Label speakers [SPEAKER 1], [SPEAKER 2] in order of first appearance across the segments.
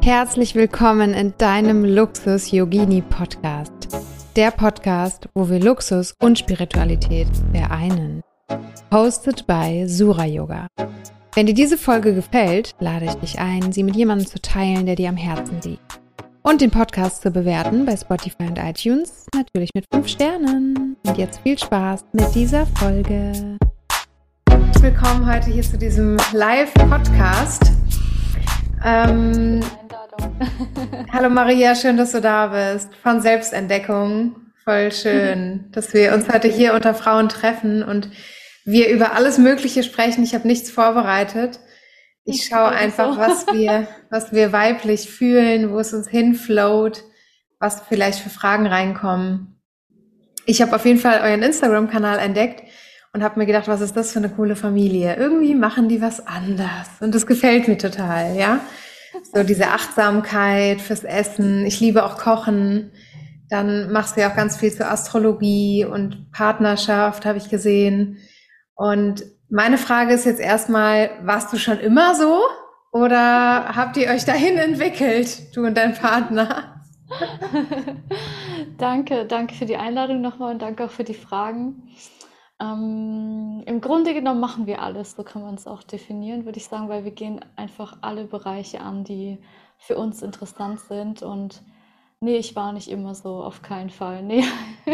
[SPEAKER 1] Herzlich willkommen in deinem Luxus-Yogini-Podcast. Der Podcast, wo wir Luxus und Spiritualität vereinen. Hosted by Sura Yoga. Wenn dir diese Folge gefällt, lade ich dich ein, sie mit jemandem zu teilen, der dir am Herzen liegt. Und den Podcast zu bewerten bei Spotify und iTunes, natürlich mit 5 Sternen. Und jetzt viel Spaß mit dieser Folge. Willkommen heute hier zu diesem Live-Podcast. Hallo Maria, schön, dass du da bist. Von Selbstentdeckung. Voll schön, dass wir uns heute hier unter Frauen treffen und wir über alles Mögliche sprechen. Ich habe nichts vorbereitet. Ich schaue einfach, was wir weiblich fühlen, wo es uns hinflowt, was vielleicht für Fragen reinkommen. Ich habe auf jeden Fall euren Instagram-Kanal entdeckt und habe mir gedacht, was ist das für eine coole Familie? Irgendwie machen die was anders und das gefällt mir total, ja. So diese Achtsamkeit fürs Essen. Ich liebe auch Kochen. Dann machst du ja auch ganz viel zur Astrologie und Partnerschaft, habe ich gesehen. Und meine Frage ist jetzt erstmal, warst du schon immer so oder habt ihr euch dahin entwickelt, du und dein Partner?
[SPEAKER 2] Danke für die Einladung nochmal und danke auch für die Fragen. Im Grunde genommen machen wir alles, so kann man es auch definieren, würde ich sagen, weil wir gehen einfach alle Bereiche an, die für uns interessant sind. Und nee, ich war nicht immer so, auf keinen Fall. Nee.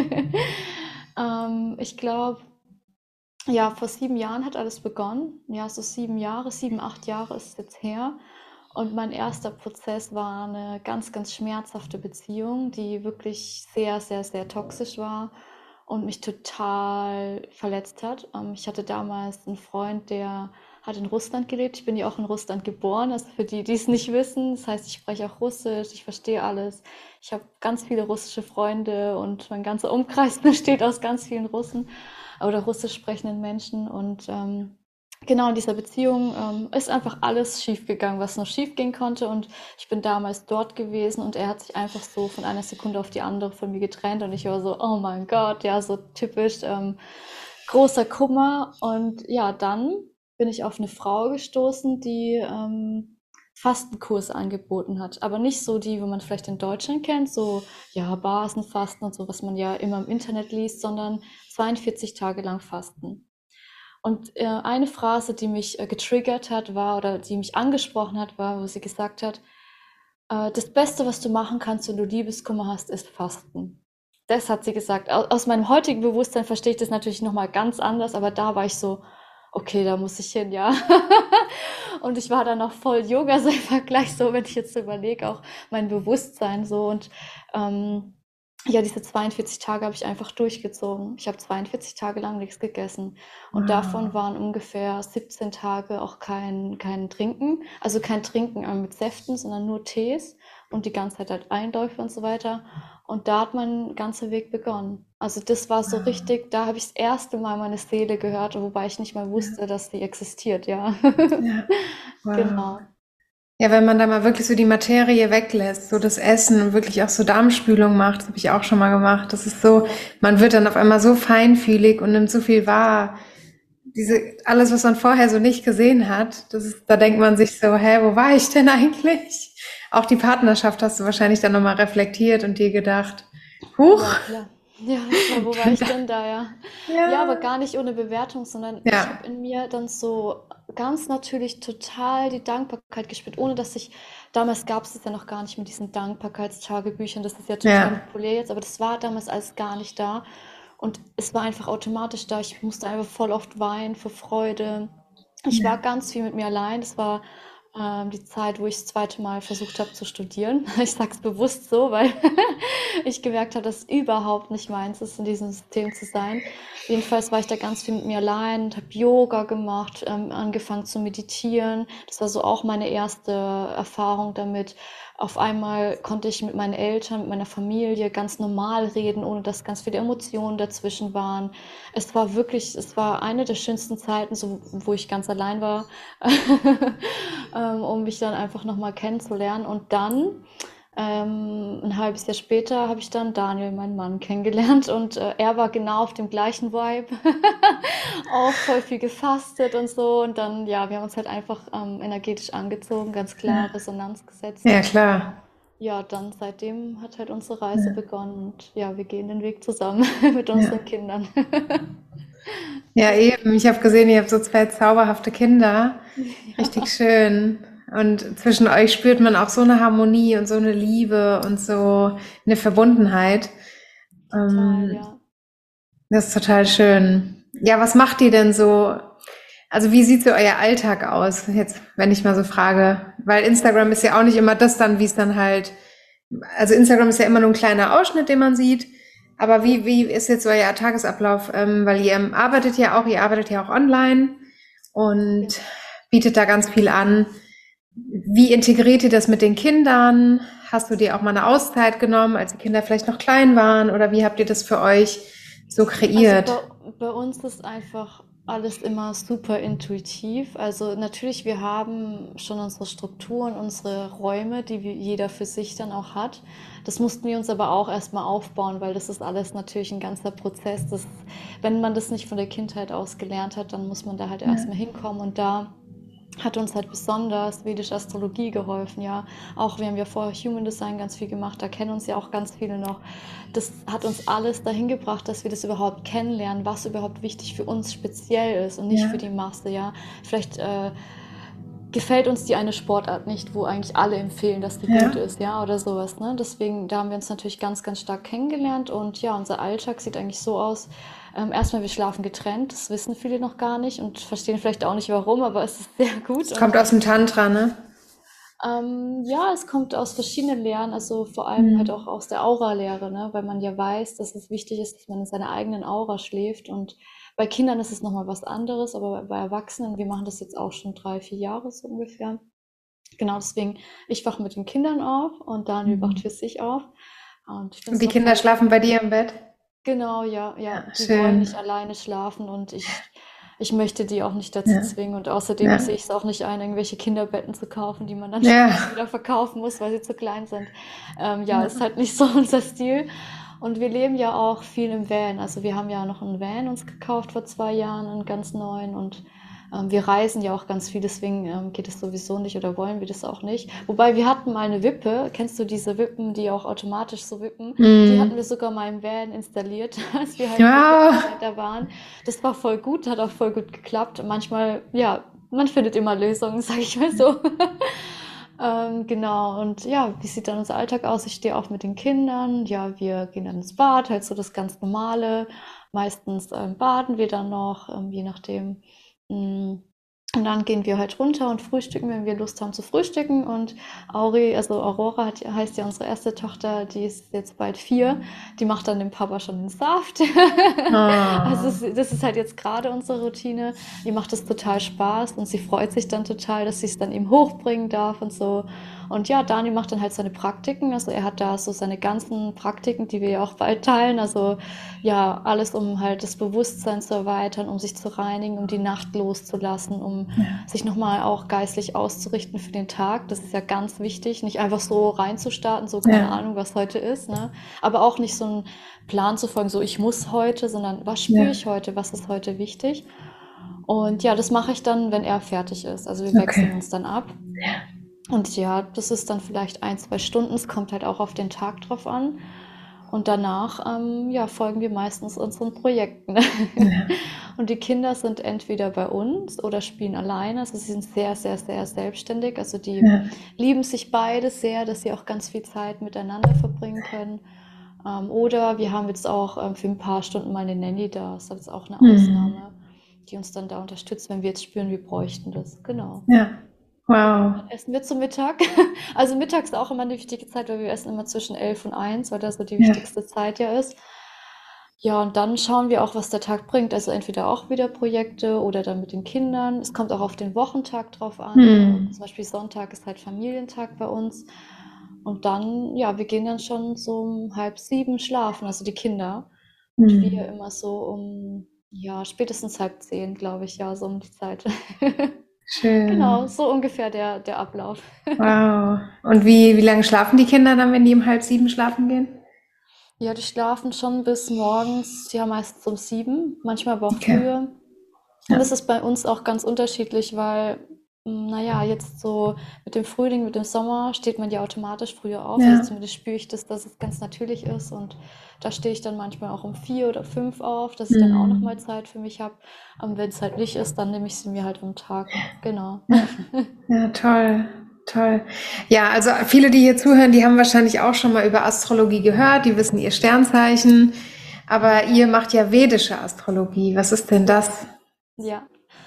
[SPEAKER 2] Ich glaube, ja, vor 7 Jahren hat alles begonnen. Ja, so 7, 8 Jahre ist es jetzt her. Und mein erster Prozess war eine ganz, ganz schmerzhafte Beziehung, die wirklich sehr, sehr, sehr toxisch war und mich total verletzt hat. Ich hatte damals einen Freund, der hat in Russland gelebt. Ich bin ja auch in Russland geboren, also für die, die es nicht wissen. Das heißt, ich spreche auch Russisch, ich verstehe alles. Ich habe ganz viele russische Freunde und mein ganzer Umkreis besteht aus ganz vielen Russen oder russisch sprechenden Menschen. Und genau in dieser Beziehung ist einfach alles schiefgegangen, was noch schiefgehen konnte. Und ich bin damals dort gewesen und er hat sich einfach so von einer Sekunde auf die andere von mir getrennt. Und ich war so, oh mein Gott, ja, so typisch großer Kummer. Und ja, dann bin ich auf eine Frau gestoßen, die Fastenkurs angeboten hat. Aber nicht so die, wo man vielleicht in Deutschland kennt, so ja, Basenfasten und so, was man ja immer im Internet liest, sondern 42 Tage lang Fasten. Und eine Phrase, die mich getriggert hat, war, oder die mich angesprochen hat, war, wo sie gesagt hat, das Beste, was du machen kannst, wenn du Liebeskummer hast, ist Fasten. Das hat sie gesagt. Aus meinem heutigen Bewusstsein verstehe ich das natürlich nochmal ganz anders, aber da war ich so, okay, da muss ich hin, ja. Und ich war dann auch voll Yoga, so im Vergleich, so wenn ich jetzt so überlege, auch mein Bewusstsein so. Und ja, diese 42 Tage habe ich einfach durchgezogen. Ich habe 42 Tage lang nichts gegessen. Und davon waren ungefähr 17 Tage auch kein Trinken. Also kein Trinken mit Säften, sondern nur Tees und die ganze Zeit halt Einläufe und so weiter. Und da hat mein ganzer Weg begonnen. Also das war so richtig, da habe ich das erste Mal meine Seele gehört, wobei ich nicht mal wusste, dass die existiert, ja.
[SPEAKER 1] Ja, wow.
[SPEAKER 2] Genau.
[SPEAKER 1] Ja, wenn man da mal wirklich so die Materie weglässt, so das Essen und wirklich auch so Darmspülung macht, das habe ich auch schon mal gemacht. Das ist so, man wird dann auf einmal so feinfühlig und nimmt so viel wahr. Alles, was man vorher so nicht gesehen hat, da denkt man sich so, hä, wo war ich denn eigentlich? Auch die Partnerschaft hast du wahrscheinlich dann nochmal reflektiert und dir gedacht, huch.
[SPEAKER 2] Ja, klar. Ja, klar, wo war ich denn da, ja? Ja, aber gar nicht ohne Bewertung, sondern ich
[SPEAKER 1] Ja,
[SPEAKER 2] habe in mir dann so ganz natürlich total die Dankbarkeit gespürt, ohne dass damals gab es das ja noch gar nicht mit diesen Dankbarkeitstagebüchern, das ist ja total
[SPEAKER 1] ja,
[SPEAKER 2] populär jetzt, aber das war damals alles gar nicht da und es war einfach automatisch da. Ich musste einfach voll oft weinen vor Freude. Ich war
[SPEAKER 1] ja,
[SPEAKER 2] ganz viel mit mir allein. Das war die Zeit, wo ich das zweite Mal versucht habe zu studieren. Ich sage es bewusst so, weil ich gemerkt habe, dass es überhaupt nicht meins ist, in diesem System zu sein. Jedenfalls war ich da ganz viel mit mir allein und habe Yoga gemacht, angefangen zu meditieren. Das war so auch meine erste Erfahrung damit. Auf einmal konnte ich mit meinen Eltern, mit meiner Familie ganz normal reden, ohne dass ganz viele Emotionen dazwischen waren. Es war eine der schönsten Zeiten, so, wo ich ganz allein war, um mich dann einfach nochmal kennenzulernen. Und dann Ein halbes Jahr später habe ich dann Daniel, meinen Mann, kennengelernt und er war genau auf dem gleichen Vibe, auch voll viel gefastet und so. Und dann, ja, wir haben uns halt einfach energetisch angezogen, ganz klar
[SPEAKER 1] Ja,
[SPEAKER 2] Resonanz gesetzt
[SPEAKER 1] ja
[SPEAKER 2] und
[SPEAKER 1] klar.
[SPEAKER 2] ja, dann seitdem hat halt unsere Reise
[SPEAKER 1] Ja,
[SPEAKER 2] begonnen und ja, wir gehen den Weg zusammen mit unseren
[SPEAKER 1] ja.
[SPEAKER 2] Kindern.
[SPEAKER 1] Ja,
[SPEAKER 2] Ja,
[SPEAKER 1] eben. Ich habe gesehen, ihr habt so zwei zauberhafte Kinder. Richtig
[SPEAKER 2] ja,
[SPEAKER 1] schön. Und zwischen euch spürt man auch so eine Harmonie und so eine Liebe und so eine Verbundenheit.
[SPEAKER 2] total,
[SPEAKER 1] Ähm,
[SPEAKER 2] ja.
[SPEAKER 1] Das ist total schön. Ja, was macht ihr denn so? Also wie sieht so euer Alltag aus? Jetzt, wenn ich mal so frage, weil Instagram ist ja auch nicht immer das dann, wie es dann halt, also Instagram ist ja immer nur ein kleiner Ausschnitt, den man sieht. Aber wie ist jetzt so euer Tagesablauf? Weil ihr arbeitet ja auch online und
[SPEAKER 2] Genau.
[SPEAKER 1] bietet da ganz viel an. Wie integriert ihr das mit den Kindern? Hast du dir auch mal eine Auszeit genommen, als die Kinder vielleicht noch klein waren? Oder wie habt ihr das für euch so
[SPEAKER 2] Also
[SPEAKER 1] kreiert?
[SPEAKER 2] bei uns ist einfach alles immer super intuitiv. Also natürlich, wir haben schon unsere Strukturen, unsere Räume, die jeder für sich dann auch hat. Das mussten wir uns aber auch erstmal aufbauen, weil das ist alles natürlich ein ganzer Prozess. Wenn man das nicht von der Kindheit aus gelernt hat, dann muss man da halt
[SPEAKER 1] Ja,
[SPEAKER 2] erstmal hinkommen und da hat uns halt besonders vedische Astrologie geholfen, ja. Auch wir haben ja vorher Human Design ganz viel gemacht, da kennen uns ja auch ganz viele noch. Das hat uns alles dahin gebracht, dass wir das überhaupt kennenlernen, was überhaupt wichtig für uns speziell ist und nicht für
[SPEAKER 1] ja,
[SPEAKER 2] die Masse, ja. Vielleicht gefällt uns die eine Sportart nicht, wo eigentlich alle empfehlen, dass die gut
[SPEAKER 1] ja.
[SPEAKER 2] ist, ja, oder sowas, ne? Deswegen, da haben wir uns natürlich ganz, ganz stark kennengelernt und ja, unser Alltag sieht eigentlich so aus. Erstmal, wir schlafen getrennt, das wissen viele noch gar nicht und verstehen vielleicht auch nicht warum, aber es ist sehr gut
[SPEAKER 1] Es
[SPEAKER 2] und
[SPEAKER 1] kommt aus dem Tantra, ne?
[SPEAKER 2] ja, es kommt aus verschiedenen Lehren, also vor allem halt auch
[SPEAKER 1] Hm.
[SPEAKER 2] aus der Aura-Lehre, ne? Weil man ja weiß, dass es wichtig ist, dass man in seiner eigenen Aura schläft. Und bei Kindern ist es nochmal was anderes, aber bei Erwachsenen, wir machen das jetzt auch schon 3, 4 Jahre so ungefähr. Genau, deswegen, ich wache mit den Kindern auf und Daniel wacht für
[SPEAKER 1] Mhm.
[SPEAKER 2] sich auf. Und ich finde
[SPEAKER 1] Und
[SPEAKER 2] es
[SPEAKER 1] die
[SPEAKER 2] immer
[SPEAKER 1] Kinder
[SPEAKER 2] voll.
[SPEAKER 1] schlafen bei dir im Bett?
[SPEAKER 2] Genau, ja, ja.
[SPEAKER 1] Ja,
[SPEAKER 2] Die wollen
[SPEAKER 1] schön.
[SPEAKER 2] nicht alleine schlafen und ich möchte die auch nicht dazu
[SPEAKER 1] Ja,
[SPEAKER 2] zwingen. Und außerdem sehe
[SPEAKER 1] ja,
[SPEAKER 2] ich es auch nicht ein, irgendwelche Kinderbetten zu kaufen, die man dann
[SPEAKER 1] ja,
[SPEAKER 2] später wieder verkaufen muss, weil sie zu klein sind. Ja, ist
[SPEAKER 1] ja.
[SPEAKER 2] halt nicht so unser Stil. Und wir leben ja auch viel im Van. Also wir haben ja noch einen Van uns gekauft vor 2 Jahren, einen ganz neuen. Und wir reisen ja auch ganz viel, deswegen geht es sowieso nicht oder wollen wir das auch nicht. Wobei wir hatten mal eine Wippe. Kennst du diese Wippen, die auch automatisch so wippen? Die hatten wir
[SPEAKER 1] Mhm.
[SPEAKER 2] sogar mal im Van installiert, als wir halt für kurze
[SPEAKER 1] Ja,
[SPEAKER 2] Zeit da waren. Das war voll gut, hat auch voll gut geklappt. Manchmal, ja, man findet immer Lösungen, sag ich mal so. Genau, und ja, wie sieht dann unser Alltag aus? Ich stehe auf mit den Kindern. Ja, wir gehen dann ins Bad, halt so das ganz Normale. Meistens baden wir dann noch, je nachdem. Mm, Und dann gehen wir halt runter und frühstücken, wenn wir Lust haben zu frühstücken. Und also Aurora heißt ja unsere erste Tochter, die ist jetzt bald 4. Die macht dann dem Papa schon den Saft. Also
[SPEAKER 1] oh,
[SPEAKER 2] das ist halt jetzt gerade unsere Routine. Ihr macht es total Spaß und sie freut sich dann total, dass sie es dann ihm hochbringen darf und so. Und ja, Dani macht dann halt seine Praktiken. Also er hat da so seine ganzen Praktiken, die wir ja auch bald teilen. Also ja, alles, um halt das Bewusstsein zu erweitern, um sich zu reinigen, um die Nacht loszulassen, um
[SPEAKER 1] ja,
[SPEAKER 2] sich nochmal auch geistlich auszurichten für den Tag. Das ist ja ganz wichtig, nicht einfach so reinzustarten, so keine
[SPEAKER 1] ja,
[SPEAKER 2] Ahnung, was heute ist, ne? Aber auch nicht so einen Plan zu folgen, so ich muss heute, sondern was spüre
[SPEAKER 1] ja,
[SPEAKER 2] ich heute, was ist heute wichtig? Und ja, das mache ich dann, wenn er fertig ist. Also wir wechseln
[SPEAKER 1] okay.
[SPEAKER 2] uns dann ab. Und ja, das ist dann vielleicht 1, 2 Stunden. Es kommt halt auch auf den Tag drauf an. Und danach, ja, folgen wir meistens unseren Projekten.
[SPEAKER 1] Ja,
[SPEAKER 2] Und die Kinder sind entweder bei uns oder spielen alleine. Also sie sind sehr, sehr, sehr selbstständig. Also die
[SPEAKER 1] ja,
[SPEAKER 2] lieben sich beide sehr, dass sie auch ganz viel Zeit miteinander verbringen können. Oder wir haben jetzt auch für ein paar Stunden mal eine Nanny da. Das ist jetzt auch eine
[SPEAKER 1] mhm.
[SPEAKER 2] Ausnahme, die uns dann da unterstützt, wenn wir jetzt spüren, wir bräuchten das. Genau.
[SPEAKER 1] Ja,
[SPEAKER 2] Ja, und
[SPEAKER 1] wow.
[SPEAKER 2] dann essen wir zu Mittag. Also mittags ist auch immer eine wichtige Zeit, weil wir essen immer zwischen 11 und 1, weil das so die
[SPEAKER 1] Ja,
[SPEAKER 2] wichtigste Zeit ja ist. Ja, und dann schauen wir auch, was der Tag bringt. Also entweder auch wieder Projekte oder dann mit den Kindern. Es kommt auch auf den Wochentag drauf an. Zum
[SPEAKER 1] hm.
[SPEAKER 2] Beispiel Sonntag ist halt Familientag bei uns. Und dann, ja, wir gehen dann schon so um halb 7 schlafen, also die Kinder. Und wir
[SPEAKER 1] Hm.
[SPEAKER 2] immer so um, ja, spätestens halb 10, glaube ich, ja, so um die Zeit.
[SPEAKER 1] Schön.
[SPEAKER 2] Genau, so ungefähr der Ablauf.
[SPEAKER 1] Wow. Und wie lange schlafen die Kinder dann, wenn die um halb sieben schlafen gehen?
[SPEAKER 2] Ja, die schlafen schon bis morgens, ja, meistens um 7, manchmal aber auch
[SPEAKER 1] Okay.
[SPEAKER 2] früher. Und
[SPEAKER 1] Ja.
[SPEAKER 2] es ist bei uns auch ganz unterschiedlich, weil, naja, jetzt so mit dem Frühling, mit dem Sommer steht man ja automatisch früher auf. Also
[SPEAKER 1] Ja.
[SPEAKER 2] zumindest spüre ich das, dass es ganz natürlich ist. Und da stehe ich dann manchmal auch um 4 oder 5 auf, dass ich dann auch nochmal
[SPEAKER 1] Hm.
[SPEAKER 2] Zeit für mich habe. Wenn es halt nicht ist, dann nehme ich sie mir halt am Tag. Genau.
[SPEAKER 1] Ja. Ja, toll. Toll. Ja, also viele, die hier zuhören, die haben wahrscheinlich auch schon mal über Astrologie gehört, die wissen ihr Sternzeichen, aber ihr macht ja vedische Astrologie. Was ist denn das?
[SPEAKER 2] Ja.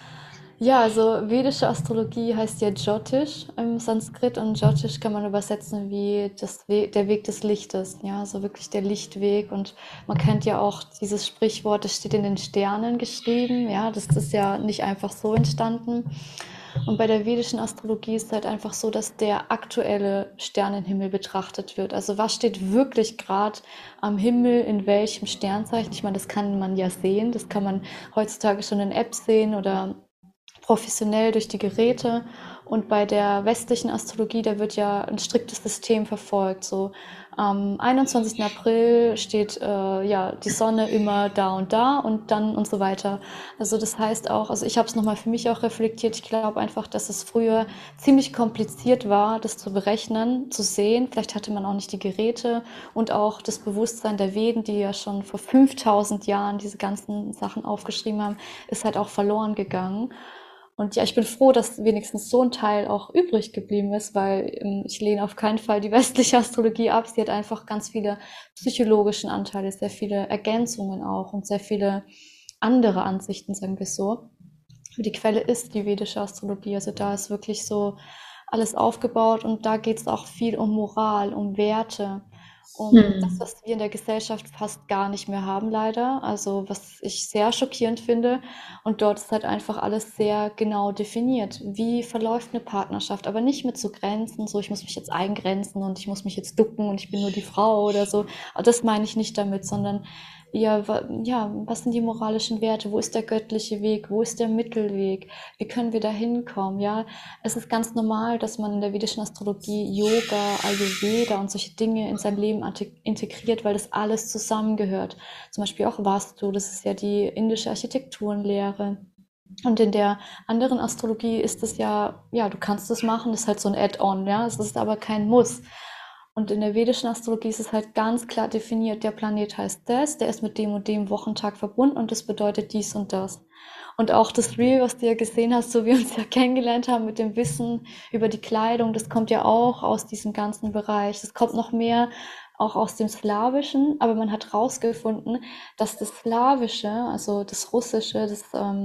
[SPEAKER 2] Ja, also vedische Astrologie heißt ja Jyotish im Sanskrit und Jyotish kann man übersetzen wie der Weg des Lichtes, ja, also wirklich der Lichtweg und man kennt ja auch dieses Sprichwort, das steht in den Sternen geschrieben, ja, das ist ja nicht einfach so entstanden. Und bei der vedischen Astrologie ist es halt einfach so, dass der aktuelle Sternenhimmel betrachtet wird. Also was steht wirklich gerade am Himmel, in welchem Sternzeichen? Ich meine, das kann man ja sehen, das kann man heutzutage schon in Apps sehen oder professionell durch die Geräte. Und bei der westlichen Astrologie, da wird ja ein striktes System verfolgt. So am 21. April steht ja die Sonne immer da und dann und so weiter. Also das heißt auch, also ich habe es nochmal für mich auch reflektiert. Ich glaube einfach, dass es früher ziemlich kompliziert war, das zu berechnen, zu sehen. Vielleicht hatte man auch nicht die Geräte und auch das Bewusstsein der Veden, die ja schon vor 5000 Jahren diese ganzen Sachen aufgeschrieben haben, ist halt auch verloren gegangen. Und ja, ich bin froh, dass wenigstens so ein Teil auch übrig geblieben ist, weil ich lehne auf keinen Fall die westliche Astrologie ab. Sie hat einfach ganz viele psychologischen Anteile, sehr viele Ergänzungen auch und sehr viele andere Ansichten, sagen wir so. Die Quelle ist die vedische Astrologie. Also da ist wirklich so alles aufgebaut und da geht es auch viel um Moral, um Werte, um das,
[SPEAKER 1] Hm.
[SPEAKER 2] was wir in der Gesellschaft fast gar nicht mehr haben, leider. Also was ich sehr schockierend finde. Und dort ist halt einfach alles sehr genau definiert. Wie verläuft eine Partnerschaft? Aber nicht mit so Grenzen, so ich muss mich jetzt eingrenzen und ich muss mich jetzt ducken und ich bin nur die Frau oder so. Aber das meine ich nicht damit, sondern ja, ja, was sind die moralischen Werte? Wo ist der göttliche Weg? Wo ist der Mittelweg? Wie können wir da hinkommen? Ja, es ist ganz normal, dass man in der vedischen Astrologie Yoga, Ayurveda und solche Dinge in sein Leben integriert, weil das alles zusammengehört. Zum Beispiel auch Vastu, das ist ja die indische Architekturenlehre. Und in der anderen Astrologie ist es ja, ja, du kannst es machen, das ist halt so ein Add-on, ja, es ist aber kein Muss. Und in der vedischen Astrologie ist es halt ganz klar definiert, der Planet heißt das, der ist mit dem und dem Wochentag verbunden und das bedeutet dies und das. Und auch das Reel, was du ja gesehen hast, so wie wir uns ja kennengelernt haben mit dem Wissen über die Kleidung, das kommt ja auch aus diesem ganzen Bereich. Das kommt noch mehr auch aus dem Slawischen, aber man hat herausgefunden, dass das Slawische, also das Russische, das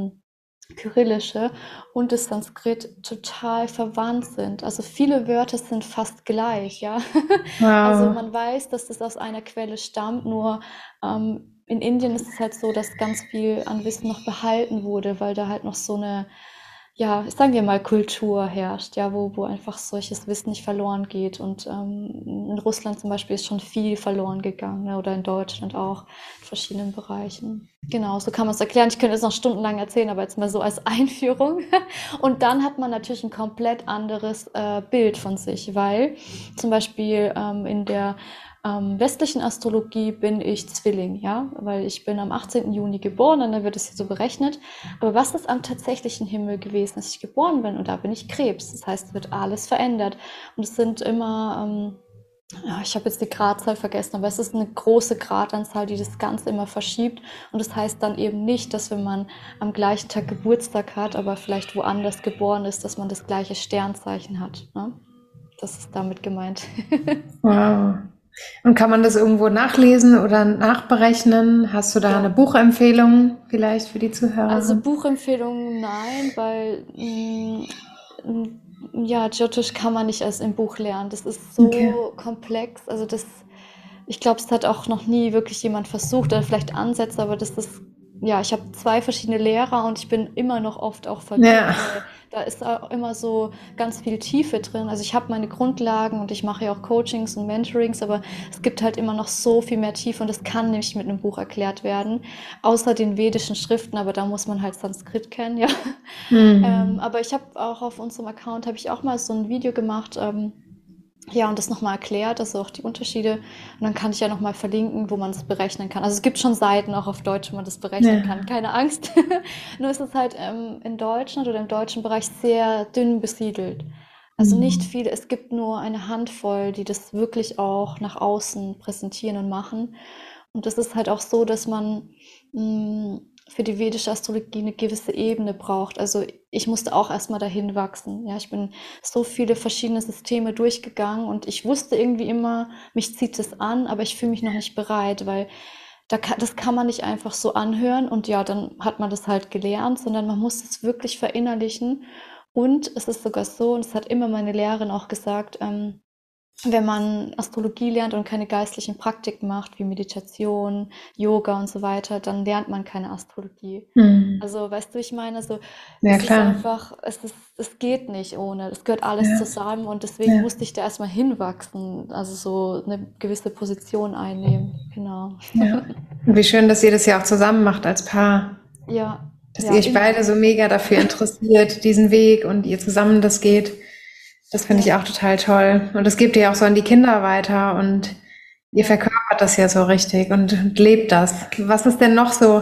[SPEAKER 2] Kyrillische und das Sanskrit total verwandt sind. Also viele Wörter sind fast gleich, ja. Also
[SPEAKER 1] Wow.
[SPEAKER 2] man weiß, dass das aus einer Quelle stammt, nur in Indien ist es halt so, dass ganz viel an Wissen noch behalten wurde, weil da halt noch so eine, ja, sagen wir mal, Kultur herrscht, ja, wo einfach solches Wissen nicht verloren geht. Und in Russland zum Beispiel ist schon viel verloren gegangen, ne? Oder in Deutschland auch, in verschiedenen Bereichen. Genau, so kann man es erklären. Ich könnte es noch stundenlang erzählen, aber jetzt mal so als Einführung. Und dann hat man natürlich ein komplett anderes Bild von sich, weil zum Beispiel in der westlichen Astrologie bin ich Zwilling, ja, weil ich bin am 18. Juni geboren und dann wird es hier so berechnet. Aber was ist am tatsächlichen Himmel gewesen, dass ich geboren bin? Und da bin ich Krebs. Das heißt, wird alles verändert. Und es sind immer, ja, ich habe jetzt die Gradzahl vergessen, aber es ist eine große Gradanzahl, die das Ganze immer verschiebt. Und das heißt dann eben nicht, dass wenn man am gleichen Tag Geburtstag hat, aber vielleicht woanders geboren ist, dass man das gleiche Sternzeichen hat. Ne? Das ist damit gemeint.
[SPEAKER 1] Wow. Und kann man das irgendwo nachlesen oder nachberechnen? Hast du da eine
[SPEAKER 2] Ja,
[SPEAKER 1] Buchempfehlung vielleicht für die
[SPEAKER 2] also
[SPEAKER 1] Zuhörerin?
[SPEAKER 2] Buchempfehlungen nein, weil ja, Jyotish kann man nicht als im Buch lernen. Das ist
[SPEAKER 1] Okay.
[SPEAKER 2] so komplex. Also das, ich glaube, es hat auch noch nie wirklich jemand versucht oder vielleicht Ansätze, aber das ist, ja, ich habe zwei verschiedene Lehrer und ich bin immer noch oft auch verwirrt,
[SPEAKER 1] Ja.
[SPEAKER 2] weil Da ist auch immer so ganz viel Tiefe drin. Also ich habe meine Grundlagen und ich mache ja auch Coachings und Mentorings, aber es gibt halt immer noch so viel mehr Tiefe und das kann nicht mit einem Buch erklärt werden, außer den vedischen Schriften, aber da muss man halt Sanskrit kennen, ja.
[SPEAKER 1] Hm.
[SPEAKER 2] Aber ich habe auch auf unserem Account, habe ich auch mal so ein Video gemacht, ja, und das nochmal erklärt, also auch die Unterschiede. Und dann kann ich ja nochmal verlinken, wo man es berechnen kann. Also es gibt schon Seiten auch auf Deutsch, wo man das berechnen kann,
[SPEAKER 1] Ja.
[SPEAKER 2] keine Angst. Nur ist es halt in Deutschland oder im deutschen Bereich sehr dünn besiedelt. Also nicht
[SPEAKER 1] Hm.
[SPEAKER 2] viele, es gibt nur eine Handvoll, die das wirklich auch nach außen präsentieren und machen. Und das ist halt auch so, dass man für die vedische Astrologie eine gewisse Ebene braucht. Also ich musste auch erstmal dahin wachsen. Ja, ich bin so viele verschiedene Systeme durchgegangen und ich wusste irgendwie immer, mich zieht es an, aber ich fühle mich noch nicht bereit, weil das kann man nicht einfach so anhören und ja, dann hat man das halt gelernt, sondern man muss es wirklich verinnerlichen. Und es ist sogar so, und das hat immer meine Lehrerin auch gesagt, wenn man Astrologie lernt und keine geistlichen Praktiken macht, wie Meditation, Yoga und so weiter, dann lernt man keine Astrologie.
[SPEAKER 1] Hm.
[SPEAKER 2] Also, weißt du, ich meine, so,
[SPEAKER 1] Ja,
[SPEAKER 2] es ist
[SPEAKER 1] klar.
[SPEAKER 2] einfach, es geht nicht ohne. Es gehört alles
[SPEAKER 1] Ja.
[SPEAKER 2] zusammen und deswegen
[SPEAKER 1] Ja.
[SPEAKER 2] musste ich da erstmal hinwachsen, also so eine gewisse Position einnehmen. Genau.
[SPEAKER 1] Ja. Und wie schön, dass ihr das ja auch zusammen macht als Paar.
[SPEAKER 2] Ja,
[SPEAKER 1] Dass
[SPEAKER 2] ja,
[SPEAKER 1] ihr euch
[SPEAKER 2] immer.
[SPEAKER 1] beide so mega dafür interessiert, diesen Weg und ihr zusammen das geht. Das finde
[SPEAKER 2] Ja,
[SPEAKER 1] ich auch total toll. Und das gebt ihr auch so an die Kinder weiter und ihr
[SPEAKER 2] ja.
[SPEAKER 1] verkörpert das ja so richtig und lebt das. Was ist denn noch so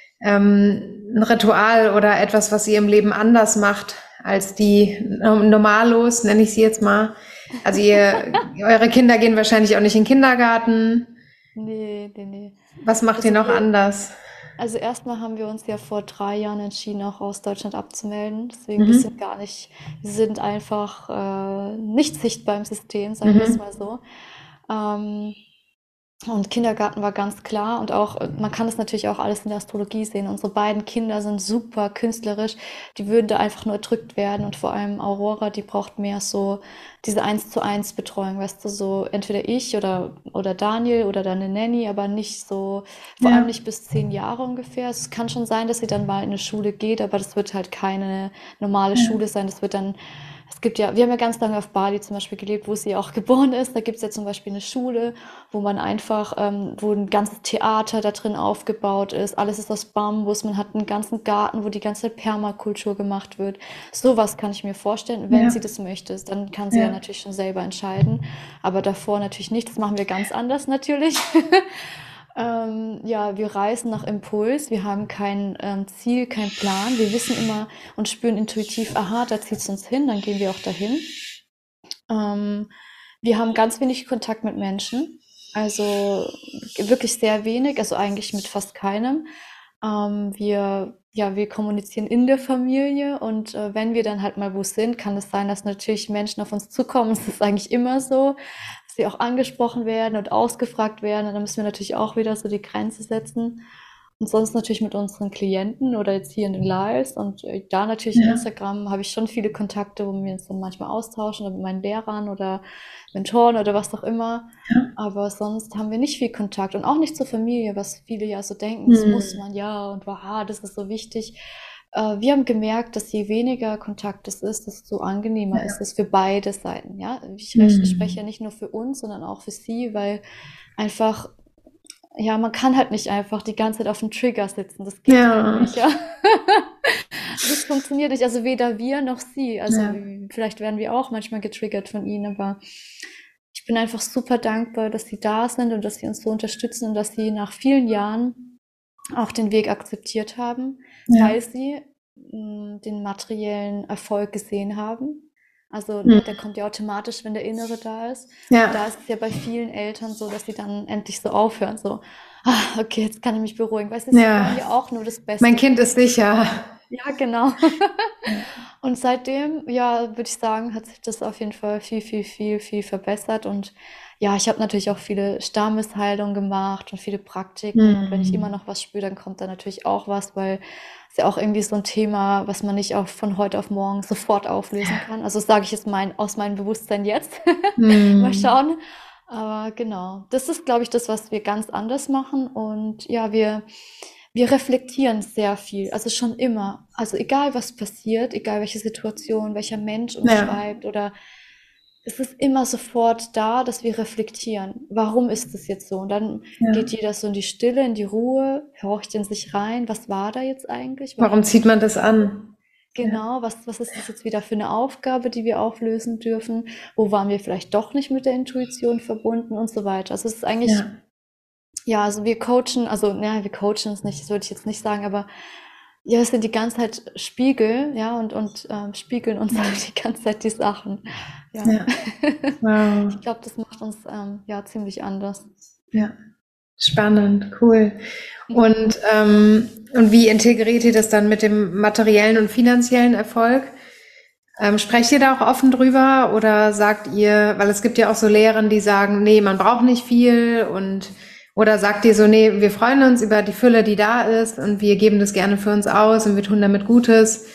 [SPEAKER 1] ein Ritual oder etwas, was ihr im Leben anders macht als die Normalos, nenne ich sie jetzt mal? Also eure Kinder gehen wahrscheinlich auch nicht in den Kindergarten.
[SPEAKER 2] Nee, nee, nee.
[SPEAKER 1] Was macht ihr
[SPEAKER 2] Also
[SPEAKER 1] noch
[SPEAKER 2] wir,
[SPEAKER 1] anders?
[SPEAKER 2] Also erstmal haben wir uns ja vor 3 Jahren entschieden, auch aus Deutschland abzumelden. Deswegen,
[SPEAKER 1] Mhm.
[SPEAKER 2] wir sind einfach nicht sichtbar im System, sagen wir es
[SPEAKER 1] Mhm.
[SPEAKER 2] mal so. Ähm, und Kindergarten war ganz klar und auch, man kann das natürlich auch alles in der Astrologie sehen. Unsere beiden Kinder sind super künstlerisch, die würden da einfach nur erdrückt werden und vor allem Aurora, die braucht mehr so diese 1:1 Betreuung, weißt du, so entweder ich oder Daniel oder dann eine Nanny, aber nicht so, vor allem
[SPEAKER 1] Ja.
[SPEAKER 2] nicht bis 10 Jahre ungefähr. Es kann schon sein, dass sie dann mal in eine Schule geht, aber das wird halt keine normale
[SPEAKER 1] Ja.
[SPEAKER 2] Schule sein. Das wird dann es gibt ja, wir haben ja ganz lange auf Bali zum Beispiel gelebt, wo sie auch geboren ist. Da gibt es ja zum Beispiel eine Schule, wo man einfach, wo ein ganzes Theater da drin aufgebaut ist. Alles ist aus Bambus. Man hat einen ganzen Garten, wo die ganze Permakultur gemacht wird. Sowas kann ich mir vorstellen, wenn
[SPEAKER 1] Ja.
[SPEAKER 2] sie das möchte. Dann kann sie ja
[SPEAKER 1] Ja.
[SPEAKER 2] natürlich schon selber entscheiden. Aber davor natürlich nicht. Das machen wir ganz anders natürlich. Ja, wir reisen nach Impuls. Wir haben kein Ziel, kein Plan. Wir wissen immer und spüren intuitiv, aha, da zieht es uns hin, dann gehen wir auch dahin. Ähm, wir haben ganz wenig Kontakt mit Menschen, also wirklich sehr wenig, also eigentlich mit fast keinem. Ja, wir kommunizieren in der Familie und wenn wir dann halt mal wo sind, kann es sein, dass natürlich Menschen auf uns zukommen. Es ist eigentlich immer so, dass sie auch angesprochen werden und ausgefragt werden. Und dann müssen wir natürlich auch wieder so die Grenze setzen. Und sonst natürlich mit unseren Klienten oder jetzt hier in den Lives und da natürlich
[SPEAKER 1] Ja.
[SPEAKER 2] Instagram habe ich schon viele Kontakte, wo wir uns dann manchmal austauschen oder mit meinen Lehrern oder Mentoren oder was auch immer. Aber sonst haben wir nicht viel Kontakt und auch nicht zur Familie, was viele ja so denken, das muss
[SPEAKER 1] Hm.
[SPEAKER 2] man ja und wow, das ist so wichtig. Wir haben gemerkt, dass je weniger Kontakt es ist, desto angenehmer ist es für beide Seiten. Ja, ich spreche ja
[SPEAKER 1] Hm.
[SPEAKER 2] nicht nur für uns, sondern auch für sie, weil einfach ja, man kann halt nicht einfach die ganze Zeit auf dem Trigger sitzen. Das geht halt
[SPEAKER 1] Ja.
[SPEAKER 2] nicht, ja. Das funktioniert nicht. Also weder wir noch sie. Also
[SPEAKER 1] Ja.
[SPEAKER 2] vielleicht werden wir auch manchmal getriggert von ihnen, aber ich bin einfach super dankbar, dass sie da sind und dass sie uns so unterstützen und dass sie nach vielen Jahren auch den Weg akzeptiert haben,
[SPEAKER 1] Ja.
[SPEAKER 2] weil sie den materiellen Erfolg gesehen haben. Also
[SPEAKER 1] Hm.
[SPEAKER 2] ne, der kommt ja automatisch, wenn der Innere da ist. Und
[SPEAKER 1] Ja.
[SPEAKER 2] da ist es ja bei vielen Eltern so, dass sie dann endlich so aufhören, so, ah, okay, jetzt kann ich mich beruhigen. Weißt du, sie wollen
[SPEAKER 1] Ja.
[SPEAKER 2] ja auch nur das
[SPEAKER 1] Mein
[SPEAKER 2] Beste
[SPEAKER 1] Kind
[SPEAKER 2] für
[SPEAKER 1] ist
[SPEAKER 2] uns.
[SPEAKER 1] sicher.
[SPEAKER 2] Ja, genau.
[SPEAKER 1] Ja.
[SPEAKER 2] Und seitdem, ja, würde ich sagen, hat sich das auf jeden Fall viel, viel, viel, viel verbessert. Und ja, ich habe natürlich auch viele Stammesheilungen gemacht und viele Praktiken. Und wenn ich immer
[SPEAKER 1] Hm.
[SPEAKER 2] noch was spüre, dann kommt da natürlich auch was, weil es ja auch irgendwie so ein Thema, was man nicht auch von heute auf morgen sofort auflösen kann. Also das sage ich jetzt aus meinem Bewusstsein jetzt. Mal
[SPEAKER 1] Hm.
[SPEAKER 2] schauen. Aber genau, das ist, glaube ich, das, was wir ganz anders machen. Und ja, wir reflektieren sehr viel, also schon immer. Also egal was passiert, egal welche Situation, welcher Mensch uns
[SPEAKER 1] Ja,
[SPEAKER 2] schreibt oder es ist immer sofort da, dass wir reflektieren. Warum ist es jetzt so? Und dann geht
[SPEAKER 1] ja.
[SPEAKER 2] jeder so in die Stille, in die Ruhe, horcht in sich rein. Was war da jetzt eigentlich?
[SPEAKER 1] Warum
[SPEAKER 2] Warum
[SPEAKER 1] zieht
[SPEAKER 2] ist
[SPEAKER 1] man
[SPEAKER 2] es
[SPEAKER 1] das
[SPEAKER 2] so?
[SPEAKER 1] an? Ja,
[SPEAKER 2] Genau, was ist das jetzt wieder für eine Aufgabe, die wir auflösen dürfen? Wo waren wir vielleicht doch nicht mit der Intuition verbunden und so weiter. Also es ist eigentlich,
[SPEAKER 1] ja,
[SPEAKER 2] ja, also wir coachen, also, ja, wir coachen es nicht, das würde ich jetzt nicht sagen, aber ja, es sind die ganze Zeit Spiegel, ja, und spiegeln uns halt die ganze Zeit die Sachen. Ja.
[SPEAKER 1] ja. Wow.
[SPEAKER 2] Ich glaube, das macht uns ja ziemlich anders.
[SPEAKER 1] Ja, spannend, cool.
[SPEAKER 2] Mhm.
[SPEAKER 1] Und wie integriert ihr das dann mit dem materiellen und finanziellen Erfolg? Sprecht ihr da auch offen drüber oder sagt ihr, weil es gibt ja auch so Lehren, die sagen, nee, man braucht nicht viel oder sagt ihr so, nee, wir freuen uns über die Fülle, die da ist und wir geben das gerne für uns aus und wir tun damit Gutes.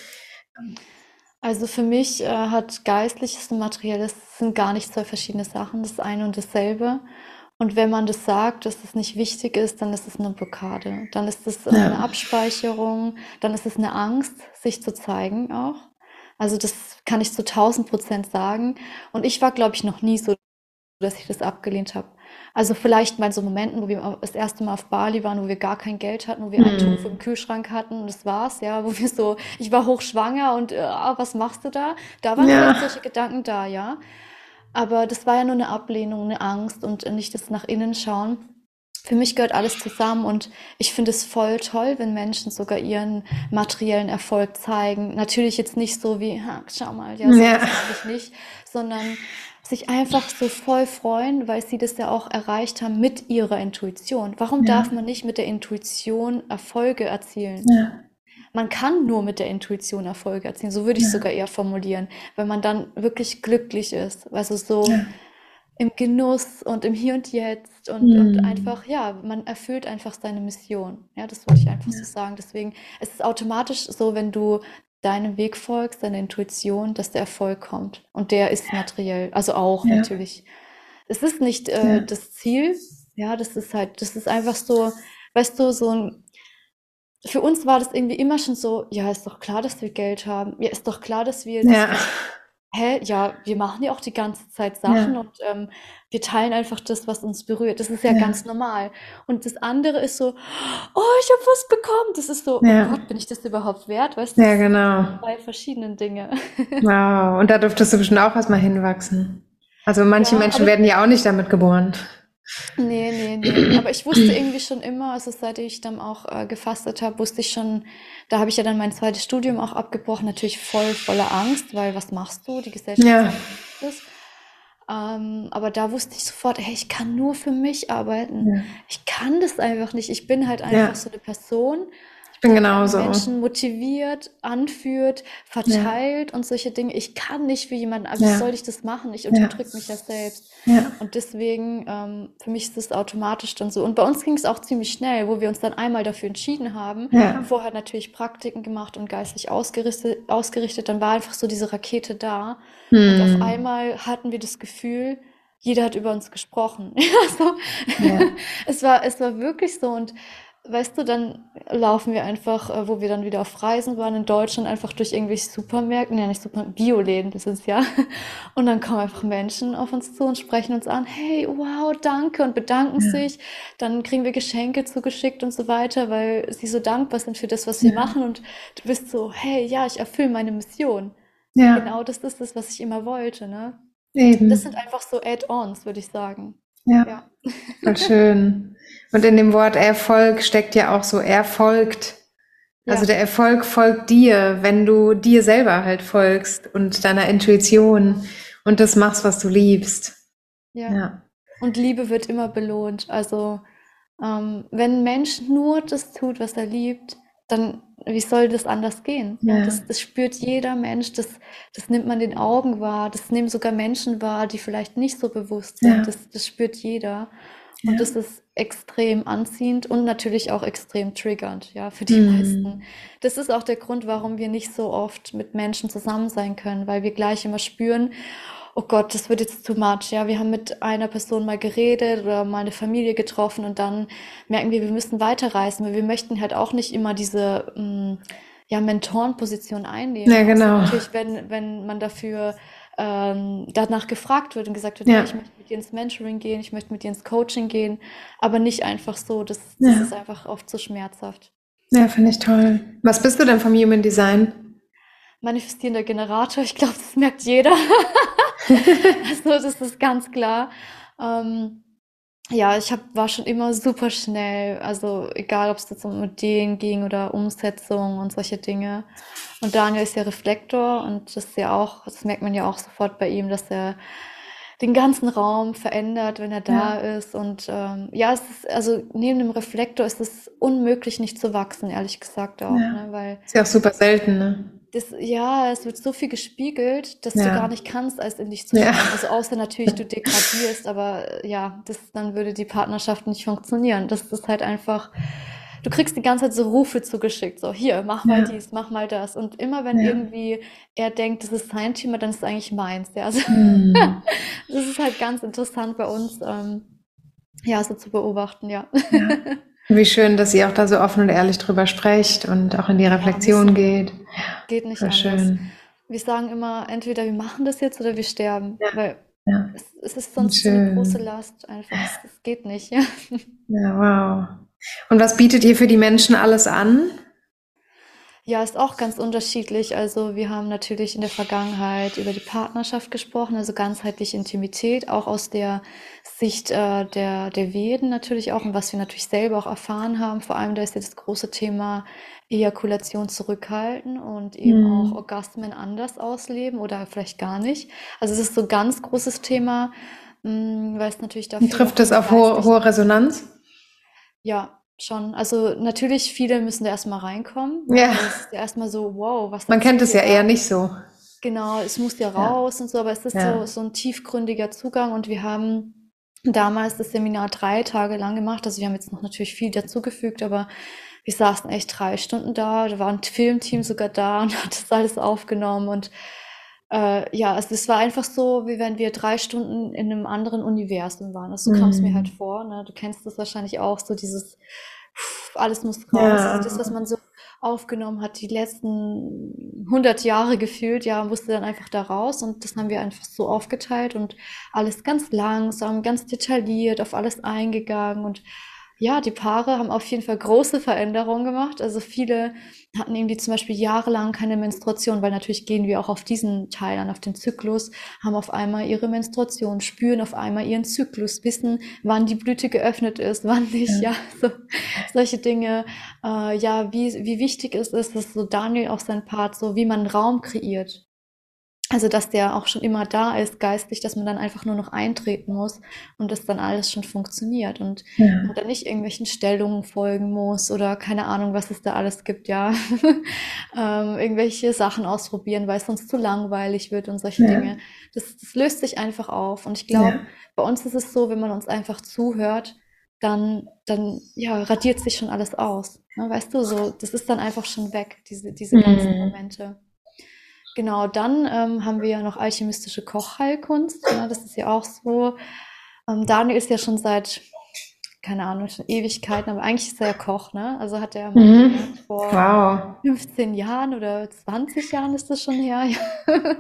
[SPEAKER 2] Also für mich hat Geistliches und Materielles sind gar nicht zwei verschiedene Sachen, das eine und dasselbe. Und wenn man das sagt, dass es nicht wichtig ist, dann ist es eine Blockade. Dann ist es eine
[SPEAKER 1] Ja,
[SPEAKER 2] Abspeicherung, dann ist es eine Angst, sich zu zeigen auch. Also das kann ich zu 1000% sagen. Und ich war, glaube ich, noch nie so, dass ich das abgelehnt habe. Also vielleicht mal so Momenten, wo wir das erste Mal auf Bali waren, wo wir gar kein Geld hatten, wo wir einen Tofu im
[SPEAKER 1] hm.
[SPEAKER 2] Kühlschrank hatten und das war's, ja, wo wir so, ich war hochschwanger und was machst du da? Da waren
[SPEAKER 1] Ja,
[SPEAKER 2] vielleicht solche Gedanken da, ja. Aber das war ja nur eine Ablehnung, eine Angst und nicht das nach innen schauen. Für mich gehört alles zusammen und ich finde es voll toll, wenn Menschen sogar ihren materiellen Erfolg zeigen. Natürlich jetzt nicht so wie, ha, schau mal, ja, so
[SPEAKER 1] ja,
[SPEAKER 2] das meine ich nicht, sondern sich einfach so voll freuen, weil sie das ja auch erreicht haben mit ihrer Intuition. Warum darf
[SPEAKER 1] ja,
[SPEAKER 2] man nicht mit der Intuition Erfolge erzielen?
[SPEAKER 1] ja,
[SPEAKER 2] Man kann nur mit der Intuition Erfolge erzielen, so würde ich es
[SPEAKER 1] ja,
[SPEAKER 2] sogar eher formulieren, wenn man dann wirklich glücklich ist, also so
[SPEAKER 1] ja.
[SPEAKER 2] im Genuss und im Hier und Jetzt und
[SPEAKER 1] Hm.
[SPEAKER 2] einfach, ja, man erfüllt einfach seine Mission. Ja, das würde ich einfach so
[SPEAKER 1] Ja,
[SPEAKER 2] sagen. Deswegen, es ist automatisch so, wenn du deinem Weg folgst, deiner Intuition, dass der Erfolg kommt. Und der ist materiell, also auch
[SPEAKER 1] ja,
[SPEAKER 2] natürlich. Es ist nicht
[SPEAKER 1] ja,
[SPEAKER 2] das Ziel, ja, das ist halt, das ist einfach so, weißt du, so ein, für uns war das irgendwie immer schon so, ja, ist doch klar, dass wir Geld haben. Ja, ist doch klar, dass wir das
[SPEAKER 1] ja,
[SPEAKER 2] was. Hä? Ja, wir machen ja auch die ganze Zeit Sachen
[SPEAKER 1] ja,
[SPEAKER 2] und wir teilen einfach das, was uns berührt. Das ist ja
[SPEAKER 1] ja,
[SPEAKER 2] ganz normal. Und das andere ist so, oh, ich habe was bekommen. Das ist so, oh
[SPEAKER 1] ja,
[SPEAKER 2] Gott, bin ich das überhaupt wert? Weißt du,
[SPEAKER 1] ja,
[SPEAKER 2] das sind
[SPEAKER 1] genau.
[SPEAKER 2] zwei verschiedene Dinge.
[SPEAKER 1] Wow. Und da durftest du bestimmt auch erstmal hinwachsen. Also manche
[SPEAKER 2] Ja,
[SPEAKER 1] Menschen
[SPEAKER 2] aber
[SPEAKER 1] werden ja auch nicht damit geboren.
[SPEAKER 2] nee, nee, nee. Aber ich wusste irgendwie schon immer, also seit ich dann auch gefastet habe, wusste ich schon, da habe ich ja dann mein zweites Studium auch abgebrochen, natürlich voller Angst, weil was machst du? Die Gesellschaft
[SPEAKER 1] Ja,
[SPEAKER 2] sagt, du musst es. Aber da wusste ich sofort, hey, ich kann nur für mich arbeiten.
[SPEAKER 1] ja,
[SPEAKER 2] Ich kann das einfach nicht. Ich bin halt einfach
[SPEAKER 1] ja.
[SPEAKER 2] so eine Person,
[SPEAKER 1] Ich bin
[SPEAKER 2] die gerne
[SPEAKER 1] genauso.
[SPEAKER 2] Menschen motiviert, anführt,
[SPEAKER 1] Ja,
[SPEAKER 2] verteilt und solche Dinge. Ich kann nicht für jemanden, aber wie
[SPEAKER 1] ja,
[SPEAKER 2] soll ich das machen? Ich
[SPEAKER 1] ja,
[SPEAKER 2] unterdrücke mich ja selbst.
[SPEAKER 1] ja,
[SPEAKER 2] Und deswegen, für mich ist das automatisch dann so. Und bei uns ging es auch ziemlich schnell, wo wir uns dann einmal dafür entschieden haben.
[SPEAKER 1] ja.
[SPEAKER 2] Vorher natürlich Praktiken gemacht und geistlich ausgerichtet. Dann war einfach so diese Rakete da. Und auf
[SPEAKER 1] Hm.
[SPEAKER 2] einmal hatten wir das Gefühl, jeder hat über uns gesprochen. Also,
[SPEAKER 1] Ja,
[SPEAKER 2] es war wirklich so. Und weißt du, dann laufen wir einfach, wo wir dann wieder auf Reisen waren in Deutschland, einfach durch irgendwelche Supermärkte, ja nicht Super, Bioläden, das ist ja. Und dann kommen einfach Menschen auf uns zu und sprechen uns an, hey, wow, danke und bedanken
[SPEAKER 1] ja,
[SPEAKER 2] sich. Dann kriegen wir Geschenke zugeschickt und so weiter, weil sie so dankbar sind für das, was wir
[SPEAKER 1] ja,
[SPEAKER 2] machen. Und du bist so, hey, ja, ich erfülle meine Mission. Und
[SPEAKER 1] ja,
[SPEAKER 2] genau das ist es, was ich immer wollte, ne? Das sind
[SPEAKER 1] eben.
[SPEAKER 2] einfach so Add-ons, würde ich sagen.
[SPEAKER 1] Ja,
[SPEAKER 2] Ja.
[SPEAKER 1] voll schön. Und in dem Wort Erfolg steckt ja auch so erfolgt. Also
[SPEAKER 2] Ja,
[SPEAKER 1] der Erfolg folgt dir, wenn du dir selber halt folgst und deiner Intuition und das machst, was du liebst.
[SPEAKER 2] ja.
[SPEAKER 1] Ja,
[SPEAKER 2] Und Liebe wird immer belohnt. Also, wenn ein Mensch nur das tut, was er liebt, dann wie soll das anders gehen? Ja,
[SPEAKER 1] ja,
[SPEAKER 2] das spürt jeder Mensch, das nimmt man den Augen wahr, das nehmen sogar Menschen wahr, die vielleicht nicht so bewusst sind.
[SPEAKER 1] ja,
[SPEAKER 2] Das spürt jeder. Und das
[SPEAKER 1] ja.
[SPEAKER 2] ist extrem anziehend und natürlich auch extrem triggernd, ja, für die meisten.
[SPEAKER 1] Hm.
[SPEAKER 2] Das ist auch der Grund, warum wir nicht so oft mit Menschen zusammen sein können, weil wir gleich immer spüren, oh Gott, das wird jetzt too much. Ja, wir haben mit einer Person mal geredet oder mal eine Familie getroffen und dann merken wir müssen weiterreisen, weil wir möchten halt auch nicht immer diese ja, Mentorenposition einnehmen.
[SPEAKER 1] Ja,
[SPEAKER 2] Außer
[SPEAKER 1] genau.
[SPEAKER 2] natürlich, wenn man dafür danach gefragt wird und gesagt wird, hey, ich
[SPEAKER 1] Ja,
[SPEAKER 2] möchte mit dir ins Mentoring gehen, ich möchte mit dir ins Coaching gehen, aber nicht einfach so. Das ist
[SPEAKER 1] ja,
[SPEAKER 2] einfach oft so schmerzhaft.
[SPEAKER 1] ja, finde ich toll. Was bist du denn vom Human Design?
[SPEAKER 2] Manifestierender Generator, ich glaube, das merkt jeder. Also, das ist ganz klar. Ähm, ja, war schon immer super schnell. Also, egal, ob es jetzt um Ideen ging oder Umsetzung und solche Dinge. Und Daniel ist ja Reflektor und das ist ja auch, das merkt man ja auch sofort bei ihm, dass er den ganzen Raum verändert, wenn er da
[SPEAKER 1] Ja,
[SPEAKER 2] ist. Und ja, es ist, also neben dem Reflektor ist es unmöglich, nicht zu wachsen, ehrlich gesagt auch,
[SPEAKER 1] ja.
[SPEAKER 2] ne? Weil
[SPEAKER 1] Ist ja auch super selten, ne?
[SPEAKER 2] ja, es wird so viel gespiegelt, dass du gar
[SPEAKER 1] Ja,
[SPEAKER 2] nicht kannst, als in dich zu
[SPEAKER 1] ja,
[SPEAKER 2] schauen. Also außer natürlich, du degradierst, aber ja, dann würde die Partnerschaft nicht funktionieren. Das ist halt einfach, du kriegst die ganze Zeit so Rufe zugeschickt, so hier, mach mal
[SPEAKER 1] ja,
[SPEAKER 2] dies, mach mal das. Und immer wenn
[SPEAKER 1] ja.
[SPEAKER 2] irgendwie er denkt, das ist sein Thema, dann ist es eigentlich meins. Ja, also
[SPEAKER 1] Hm.
[SPEAKER 2] das ist halt ganz interessant bei uns, ja, so zu beobachten, ja.
[SPEAKER 1] Ja. Wie schön, dass ihr auch da so offen und ehrlich drüber sprecht und auch in die
[SPEAKER 2] Ja,
[SPEAKER 1] Reflexion
[SPEAKER 2] müssen wir.
[SPEAKER 1] geht.
[SPEAKER 2] Geht nicht
[SPEAKER 1] Voll
[SPEAKER 2] anders.
[SPEAKER 1] schön.
[SPEAKER 2] Wir sagen immer, entweder wir machen das jetzt oder wir sterben,
[SPEAKER 1] Ja,
[SPEAKER 2] weil
[SPEAKER 1] ja.
[SPEAKER 2] es ist sonst so eine große
[SPEAKER 1] Schön.
[SPEAKER 2] Last einfach. Es geht nicht, ja.
[SPEAKER 1] Ja, wow. Und was bietet ihr für die Menschen alles an?
[SPEAKER 2] Ja, ist auch ganz unterschiedlich. Also wir haben natürlich in der Vergangenheit über die Partnerschaft gesprochen, also ganzheitliche Intimität, auch aus der Sicht der Veden natürlich auch und was wir natürlich selber auch erfahren haben. Vor allem da ist jetzt das große Thema Ejakulation zurückhalten und eben auch
[SPEAKER 1] Hm.
[SPEAKER 2] Orgasmen anders ausleben oder vielleicht gar nicht. Also es ist so ein ganz großes Thema, weil es natürlich da
[SPEAKER 1] Und
[SPEAKER 2] viel
[SPEAKER 1] trifft
[SPEAKER 2] auch um
[SPEAKER 1] es
[SPEAKER 2] den
[SPEAKER 1] auf hohe
[SPEAKER 2] geistlichen.
[SPEAKER 1] Resonanz?
[SPEAKER 2] Ja, schon. Also natürlich, viele müssen da erstmal reinkommen, ne?
[SPEAKER 1] Ja,
[SPEAKER 2] Weil es ist ja erstmal so, wow, was
[SPEAKER 1] man kennt
[SPEAKER 2] erzählt
[SPEAKER 1] es
[SPEAKER 2] ihr
[SPEAKER 1] ja eher
[SPEAKER 2] da?
[SPEAKER 1] nicht so.
[SPEAKER 2] Genau, es muss ja
[SPEAKER 1] Ja,
[SPEAKER 2] raus und so, aber es ist
[SPEAKER 1] ja.
[SPEAKER 2] so ein tiefgründiger Zugang und wir haben damals das Seminar 3 Tage lang gemacht. Also wir haben jetzt noch natürlich viel dazugefügt, aber wir saßen echt 3 Stunden da war ein Filmteam sogar da und hat das alles aufgenommen und ja, also es war einfach so, wie wenn wir 3 Stunden in einem anderen Universum waren. Also so kam es mir halt
[SPEAKER 1] Hm.
[SPEAKER 2] vor, ne? Du kennst das wahrscheinlich auch, so dieses alles muss raus. Also das, was
[SPEAKER 1] Ja,
[SPEAKER 2] man so aufgenommen hat, die letzten 100 Jahre gefühlt, ja, musste dann einfach da raus und das haben wir einfach so aufgeteilt und alles ganz langsam, ganz detailliert auf alles eingegangen und ja, die Paare haben auf jeden Fall große Veränderungen gemacht. Also viele hatten irgendwie zum Beispiel jahrelang keine Menstruation, weil natürlich gehen wir auch auf diesen Teil an, auf den Zyklus, haben auf einmal ihre Menstruation, spüren auf einmal ihren Zyklus, wissen, wann die Blüte geöffnet ist, wann nicht, ja,
[SPEAKER 1] ja,
[SPEAKER 2] so, solche Dinge. Ja, wie wichtig es ist, dass so Daniel auch sein Part, so wie man Raum kreiert. Also, dass der auch schon immer da ist, geistlich, dass man dann einfach nur noch eintreten muss und das dann alles schon funktioniert und man
[SPEAKER 1] ja,
[SPEAKER 2] dann nicht irgendwelchen Stellungen folgen muss oder keine Ahnung, was es da alles gibt, ja. Irgendwelche Sachen ausprobieren, weil es sonst zu langweilig wird und solche
[SPEAKER 1] ja,
[SPEAKER 2] Dinge. Das löst sich einfach auf. Und ich glaube,
[SPEAKER 1] ja,
[SPEAKER 2] bei uns ist es so, wenn man uns einfach zuhört, dann ja, radiert sich schon alles aus. Ne? Weißt du, so, das ist dann einfach schon weg, diese ganzen
[SPEAKER 1] hm.
[SPEAKER 2] Momente. Genau, dann haben wir ja noch alchemistische Kochheilkunst. Ne? Das ist ja auch so. Daniel ist ja schon seit, keine Ahnung, schon Ewigkeiten, aber eigentlich ist er ja Koch, ne? Also hat er mal gelernt
[SPEAKER 1] Mhm.
[SPEAKER 2] vor
[SPEAKER 1] Wow.
[SPEAKER 2] 15 Jahren oder 20 Jahren ist das schon her. Ja.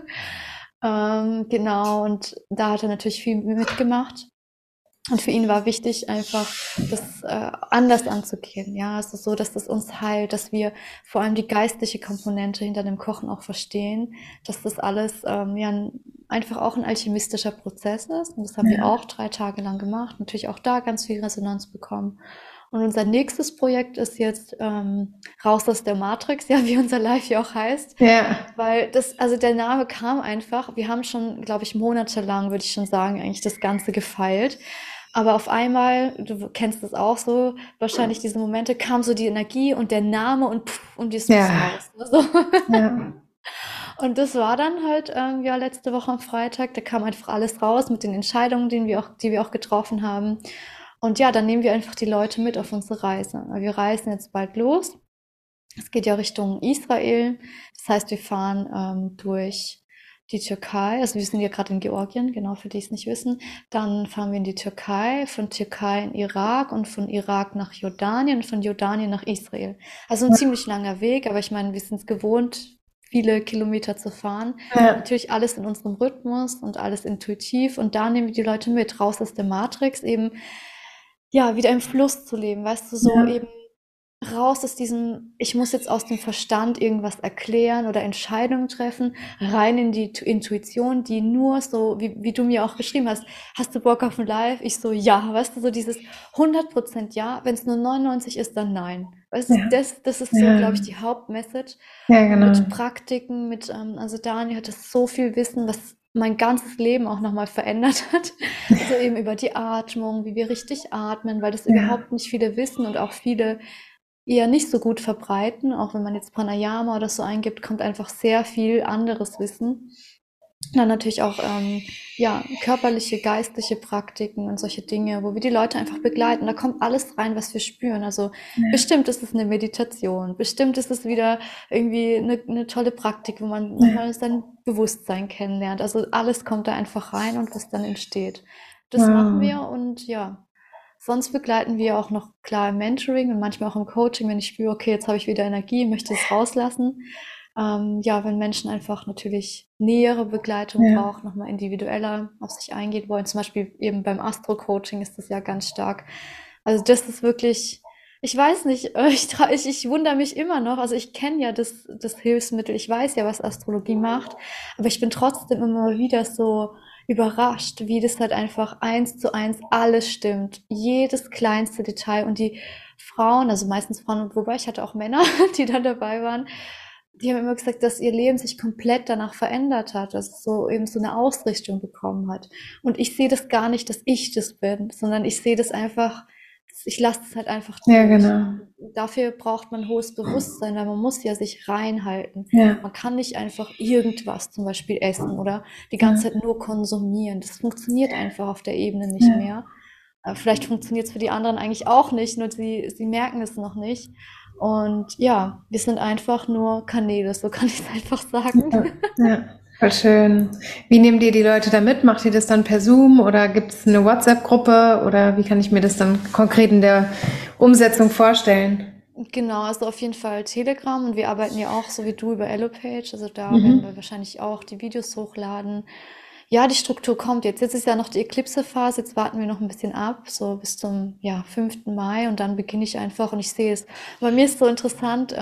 [SPEAKER 2] Genau, und da hat er natürlich viel mitgemacht. Und für ihn war wichtig, einfach das anders anzugehen. Ja, also so, dass das uns heilt, dass wir vor allem die geistliche Komponente hinter dem Kochen auch verstehen, dass das alles ja einfach auch ein alchemistischer Prozess ist. Und das haben wir
[SPEAKER 1] Ja,
[SPEAKER 2] auch 3 Tage lang gemacht. Natürlich auch da ganz viel Resonanz bekommen. Und unser nächstes Projekt ist jetzt Raus aus der Matrix, ja, wie unser Live ja auch heißt.
[SPEAKER 1] ja,
[SPEAKER 2] Weil das, also der Name kam einfach, wir haben schon, glaube ich, monatelang, würde ich schon sagen, eigentlich das Ganze gefeilt. Aber auf einmal, du kennst das auch so, wahrscheinlich diese Momente, kam so die Energie und der Name und pff, und das muss
[SPEAKER 1] ja,
[SPEAKER 2] raus. Ne, so.
[SPEAKER 1] ja,
[SPEAKER 2] Und das war dann halt, ja, letzte Woche am Freitag, da kam einfach alles raus mit den Entscheidungen, die wir auch getroffen haben. Und ja, dann nehmen wir einfach die Leute mit auf unsere Reise. Wir reisen jetzt bald los. Es geht ja Richtung Israel. Das heißt, wir fahren durch die Türkei, also wir sind ja gerade in Georgien, genau für die es nicht wissen. Dann fahren wir in die Türkei, von Türkei in Irak und von Irak nach Jordanien und von Jordanien nach Israel. Also ein ziemlich langer Weg, aber ich meine, wir sind es gewohnt, viele Kilometer zu fahren.
[SPEAKER 1] Ja,
[SPEAKER 2] Natürlich alles in unserem Rhythmus und alles intuitiv und da nehmen wir die Leute mit, raus aus der Matrix, eben ja, wieder im Fluss zu leben, weißt du, so
[SPEAKER 1] ja,
[SPEAKER 2] eben raus aus diesem, ich muss jetzt aus dem Verstand irgendwas erklären oder Entscheidungen treffen, rein in die Intuition, die nur so, wie du mir auch geschrieben hast du Bock auf ein Live? Ich so, ja, weißt du, so dieses 100% ja, wenn es nur 99 ist, dann nein. Weißt du,
[SPEAKER 1] ja,
[SPEAKER 2] das ist so, glaube ich,
[SPEAKER 1] ja,
[SPEAKER 2] die Hauptmessage.
[SPEAKER 1] ja,
[SPEAKER 2] Und
[SPEAKER 1] genau.
[SPEAKER 2] mit Praktiken, also Dani hatte so viel Wissen, was mein ganzes Leben auch nochmal verändert hat. Also eben über die Atmung, wie wir richtig atmen, weil das
[SPEAKER 1] Ja,
[SPEAKER 2] überhaupt nicht viele wissen und auch viele eher nicht so gut verbreiten. Auch wenn man jetzt Pranayama oder so eingibt, kommt einfach sehr viel anderes Wissen. Dann natürlich auch ja, körperliche, geistliche Praktiken und solche Dinge, wo wir die Leute einfach begleiten. Da kommt alles rein, was wir spüren. Also
[SPEAKER 1] ja,
[SPEAKER 2] bestimmt ist es eine Meditation, bestimmt ist es wieder irgendwie eine tolle Praktik, wo man
[SPEAKER 1] ja.
[SPEAKER 2] nochmal sein Bewusstsein kennenlernt. Also alles kommt da einfach rein und was dann entsteht. Das machen
[SPEAKER 1] Wow.
[SPEAKER 2] wir und ja, sonst begleiten wir auch noch klar im Mentoring und manchmal auch im Coaching, wenn ich spüre, okay, jetzt habe ich wieder Energie, möchte es rauslassen. Ja, wenn Menschen einfach natürlich nähere Begleitung
[SPEAKER 1] Ja,
[SPEAKER 2] brauchen, nochmal individueller auf sich eingehen wollen. Zum Beispiel eben beim Astro-Coaching ist das ja ganz stark. Also das ist wirklich, ich weiß nicht, ich wundere mich immer noch. Also ich kenne ja das Hilfsmittel, ich weiß ja, was Astrologie macht, aber ich bin trotzdem immer wieder so überrascht, wie das halt einfach 1:1 alles stimmt. Jedes kleinste Detail und die Frauen, also meistens Frauen, wobei ich hatte auch Männer, die dann dabei waren, die haben immer gesagt, dass ihr Leben sich komplett danach verändert hat, dass es so eben so eine Ausrichtung bekommen hat. Und ich sehe das gar nicht, dass ich das bin, sondern ich sehe das einfach, ich lasse es halt einfach
[SPEAKER 1] ja,
[SPEAKER 2] durch.
[SPEAKER 1] genau.
[SPEAKER 2] Dafür braucht man hohes Bewusstsein, weil man muss ja sich reinhalten.
[SPEAKER 1] Ja,
[SPEAKER 2] Man kann nicht einfach irgendwas zum Beispiel essen oder die ganze
[SPEAKER 1] ja,
[SPEAKER 2] Zeit nur konsumieren. Das funktioniert einfach auf der Ebene nicht
[SPEAKER 1] ja.
[SPEAKER 2] mehr. Vielleicht funktioniert es für die anderen eigentlich auch nicht, nur sie merken es noch nicht. Und ja, wir sind einfach nur Kanäle, so kann ich es einfach sagen.
[SPEAKER 1] Ja, ja, voll schön. Wie nehmt ihr die Leute da mit? Macht ihr das dann per Zoom oder gibt es eine WhatsApp-Gruppe oder wie kann ich mir das dann konkret in der Umsetzung vorstellen?
[SPEAKER 2] Genau, also auf jeden Fall Telegram und wir arbeiten ja auch so wie du über Elopage. Also da werden wir
[SPEAKER 1] Mhm.
[SPEAKER 2] wahrscheinlich auch die Videos hochladen. Ja, die Struktur kommt jetzt. Jetzt ist ja noch die Eklipse-Phase, jetzt warten wir noch ein bisschen ab, so bis zum ja, 5. Mai und dann beginne ich einfach und ich sehe es. Bei mir ist so interessant,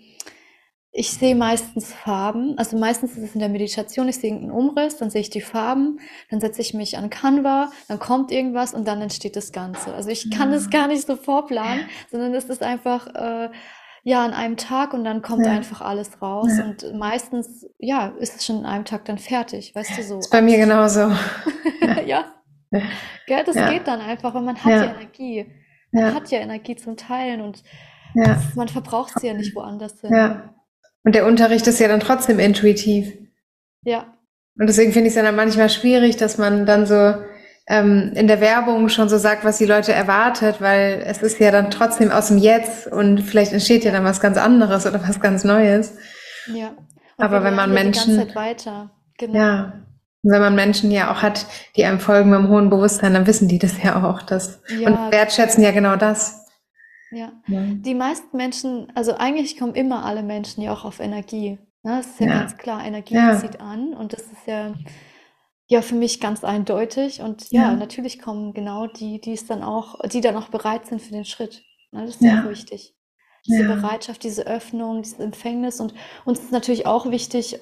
[SPEAKER 2] ich sehe meistens Farben. Also meistens ist es in der Meditation, ich sehe irgendeinen Umriss, dann sehe ich die Farben, dann setze ich mich an Canva, dann kommt irgendwas und dann entsteht das Ganze. Also ich kann das gar nicht so vorplanen, sondern es ist einfach ja an einem Tag und dann kommt
[SPEAKER 1] Ja,
[SPEAKER 2] einfach alles raus
[SPEAKER 1] ja.
[SPEAKER 2] und meistens ja ist es schon an einem Tag dann fertig, weißt du, so
[SPEAKER 1] Ist bei mir
[SPEAKER 2] abs
[SPEAKER 1] genauso. Ja,
[SPEAKER 2] ja, gell, das geht
[SPEAKER 1] ja,
[SPEAKER 2] dann einfach, weil man hat ja
[SPEAKER 1] ja,
[SPEAKER 2] Energie. Man
[SPEAKER 1] ja,
[SPEAKER 2] hat ja Energie zum Teilen und
[SPEAKER 1] ja,
[SPEAKER 2] man verbraucht sie ja nicht woanders hin.
[SPEAKER 1] ja. Und der Unterricht ist ja dann trotzdem intuitiv.
[SPEAKER 2] Ja,
[SPEAKER 1] Und deswegen finde ich es dann manchmal schwierig, dass man dann so in der Werbung schon so sagt, was die Leute erwartet, weil es ist ja dann trotzdem aus dem Jetzt und vielleicht entsteht ja
[SPEAKER 2] ja.
[SPEAKER 1] dann was ganz anderes oder was ganz Neues.
[SPEAKER 2] Ja, und wir
[SPEAKER 1] Aber wenn
[SPEAKER 2] lernen
[SPEAKER 1] man
[SPEAKER 2] ja die ganze
[SPEAKER 1] Menschen,
[SPEAKER 2] Zeit weiter. Genau.
[SPEAKER 1] ja, wenn man Menschen ja auch hat, die einem folgen mit einem hohen Bewusstsein, dann wissen die das ja auch, das und
[SPEAKER 2] Ja,
[SPEAKER 1] wertschätzen ja genau das.
[SPEAKER 2] ja.
[SPEAKER 1] Ja,
[SPEAKER 2] Die meisten Menschen, also eigentlich kommen immer alle Menschen ja auch auf Energie. Ne? Das ist ja
[SPEAKER 1] ja,
[SPEAKER 2] ganz klar, Energie
[SPEAKER 1] ja,
[SPEAKER 2] zieht an und das ist ja, ja für mich ganz eindeutig. Und ja,
[SPEAKER 1] ja,
[SPEAKER 2] natürlich kommen genau die es dann auch, die dann auch bereit sind für den Schritt. Ne? Das ist ja auch
[SPEAKER 1] ja,
[SPEAKER 2] wichtig. Diese
[SPEAKER 1] ja,
[SPEAKER 2] Bereitschaft, diese Öffnung, dieses Empfängnis. Und uns ist natürlich auch wichtig,